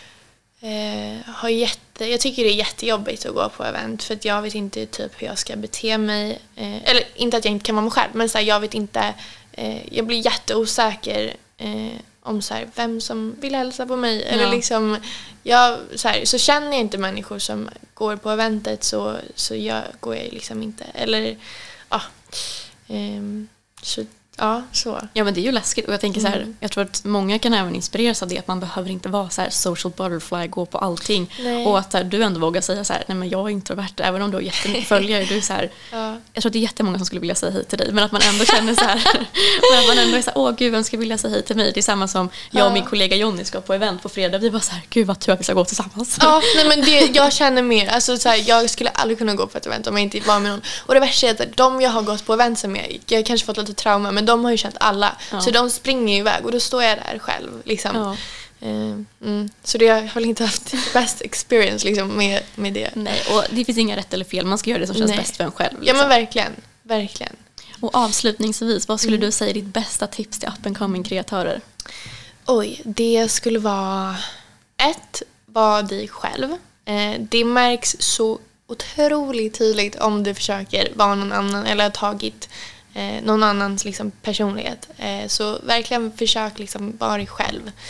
eh, har jätte, jag tycker det är jättejobbigt att gå på event. För att jag vet inte typ hur jag ska bete mig. Eh, eller inte att jag inte kan vara mig själv. Men så här, jag vet inte. Eh, jag blir jätteosäker eh, om så här, vem som vill hälsa på mig. Ja. Eller liksom, jag, så, här, så känner jag inte människor som går på eventet, så, så jag går jag liksom inte. Eller ja. Eh, så Ja, så. Ja, men det är ju läskigt. Och jag tänker så här, mm. jag tror att många kan även inspireras av det, att man behöver inte vara så här social butterfly, gå på allting. Nej. Och att här, du ändå vågar säga så här, nej men jag är introvert, även om du har jättemycket följare. Du är så här, ja. Jag tror att det är jättemånga som skulle vilja säga hej till dig, men att man ändå känner så här, och att man ändå är så här, åh gud, vem ska vilja säga hej till mig? Det är samma som jag och min kollega Jonny ska på event på fredag. Vi var så här, gud vad tur att vi ska gå tillsammans. Ja, nej men det, jag känner mer, alltså så här, jag skulle aldrig kunna gå på ett event om jag inte var med någon. Och det värsta är att de jag har gått på event som jag, jag har kanske fått lite trauma, men de har ju känt alla. Ja. Så de springer iväg och då står jag där själv liksom. Ja. Mm. Så det har jag väl inte haft best experience liksom, med, med det. Nej, och det finns inga rätt eller fel. Man ska göra det som känns Nej. bäst för en själv. Liksom. Ja, men verkligen. Verkligen. Och avslutningsvis, vad skulle mm. du säga är ditt bästa tips till up and coming kreatörer? Oj, det skulle vara ett, var dig själv. Eh, det märks så otroligt tydligt om du försöker vara någon annan eller har tagit Eh, någon annans liksom, personlighet. Eh, så verkligen försök liksom, vara dig själv.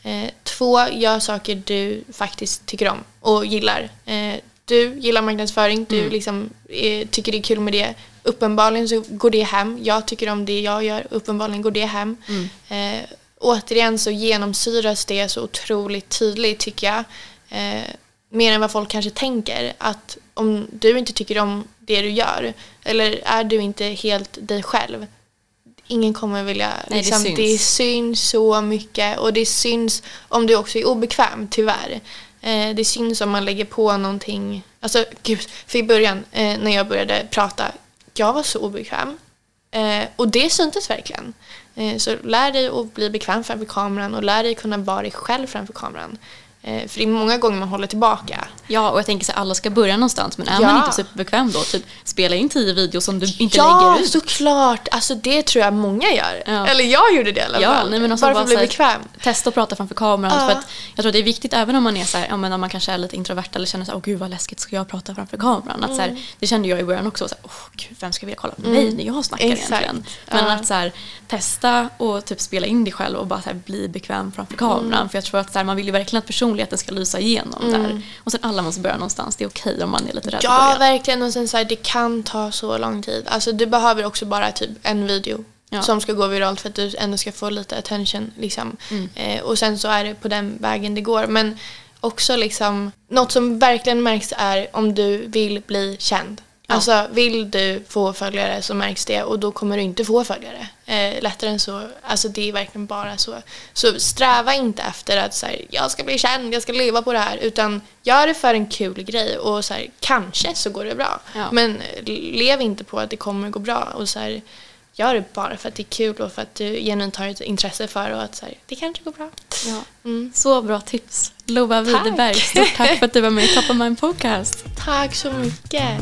Eh, två, gör saker du faktiskt tycker om och gillar. Eh, du gillar marknadsföring, du mm. liksom, eh, tycker det är kul med det. Uppenbarligen så går det hem. Jag tycker om det jag gör, uppenbarligen går det hem. Mm. Eh, återigen så genomsyras det så otroligt tydligt, tycker jag. Eh, mer än vad folk kanske tänker. Att om du inte tycker om det du gör, eller är du inte helt dig själv, ingen kommer vilja... Nej, liksom, det, syns. det syns så mycket. Och det syns om du också är obekväm, tyvärr. Eh, det syns om man lägger på någonting. Alltså, gud, för i början, eh, när jag började prata, jag var så obekväm. Eh, och det syntes verkligen. Eh, så lär dig att bli bekväm framför kameran och lär dig kunna vara dig själv framför kameran. Eh, för det är många gånger man håller tillbaka. Ja, och jag tänker så att alla ska börja någonstans. Men är ja. man inte superbekväm då, typ spela in tio videos som du inte ja, lägger ut. Ja, såklart. Alltså det tror jag många gör. Ja. Eller jag gjorde det i alla ja, fall. Nej, men också bara för att bli här, bekväm. Testa att prata framför kameran. Ja. För att jag tror det är viktigt även om man är så här, ja, men om man kanske är lite introvert eller känner så här, åh gud vad läskigt, ska jag prata framför kameran? Att, mm. så här, det kände jag i början också. Så här, åh gud, vem ska vilja kolla på mig mm. när jag snackar Exakt. egentligen? Men ja. att så här, testa och typ spela in dig själv och bara så här, bli bekväm framför kameran. Mm. För jag tror att så här, man vill ju verkligen att personligheten ska lysa igenom mm. där. Och sen alla måste börja någonstans. Det är okej om man är lite rädd. Ja, verkligen. Och sen så här, det kan ta så lång tid. Alltså du behöver också bara typ en video ja. som ska gå viralt för att du ändå ska få lite attention liksom. Mm. Eh, och sen så är det på den vägen det går. Men också liksom, något som verkligen märks är om du vill bli känd. Ja. Alltså vill du få följare så märks det, och då kommer du inte få följare. Eh, lättare än så. Alltså det är verkligen bara så. Så sträva inte efter att så här, jag ska bli känd, jag ska leva på det här. Utan gör det för en kul grej och så här, kanske så går det bra. Ja. Men lev inte på att det kommer gå bra. Och så här, gör det bara för att det är kul och för att du genuint har ett intresse för, och att så här, det kanske går bra. Ja. Mm. Så bra tips. Lova Widerberg, stort tack för att du var med i Top of Mind Podcast. Tack så mycket.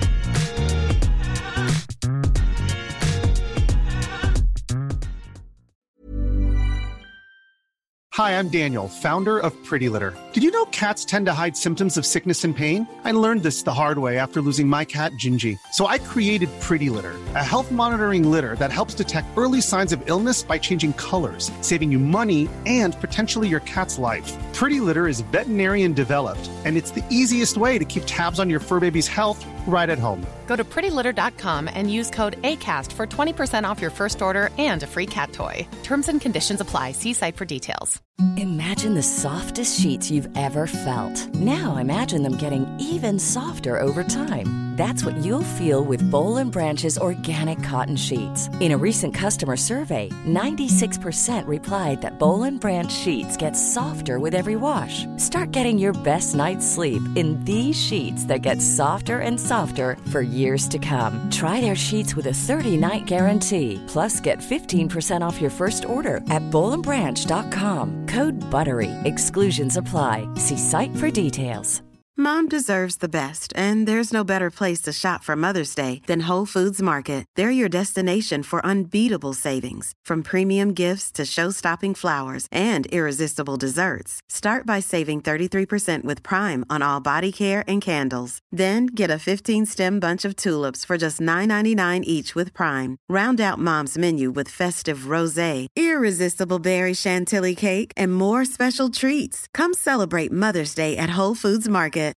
Hi, I'm Daniel, founder of Pretty Litter. Did you know cats tend to hide symptoms of sickness and pain? I learned this the hard way after losing my cat, Gingy. So I created Pretty Litter, a health monitoring litter that helps detect early signs of illness by changing colors, saving you money and potentially your cat's life. Pretty Litter is veterinarian developed, and it's the easiest way to keep tabs on your fur baby's health right at home. Go to pretty litter dot com and use code ACAST for twenty percent off your first order and a free cat toy. Terms and conditions apply. See site for details. Imagine the softest sheets you've ever felt. Now imagine them getting even softer over time. That's what you'll feel with Boll and Branch's organic cotton sheets. In a recent customer survey, ninety-six percent replied that Boll and Branch sheets get softer with every wash. Start getting your best night's sleep in these sheets that get softer and softer for years to come. Try their sheets with a thirty-night guarantee. Plus, get fifteen percent off your first order at boll and branch dot com. Code BUTTERY. Exclusions apply. See site for details. Mom deserves the best, and there's no better place to shop for Mother's Day than Whole Foods Market. They're your destination for unbeatable savings, from premium gifts to show-stopping flowers and irresistible desserts. Start by saving thirty-three percent with Prime on all body care and candles. Then get a fifteen-stem bunch of tulips for just nine ninety-nine each with Prime. Round out Mom's menu with festive rosé, irresistible berry chantilly cake, and more special treats. Come celebrate Mother's Day at Whole Foods Market.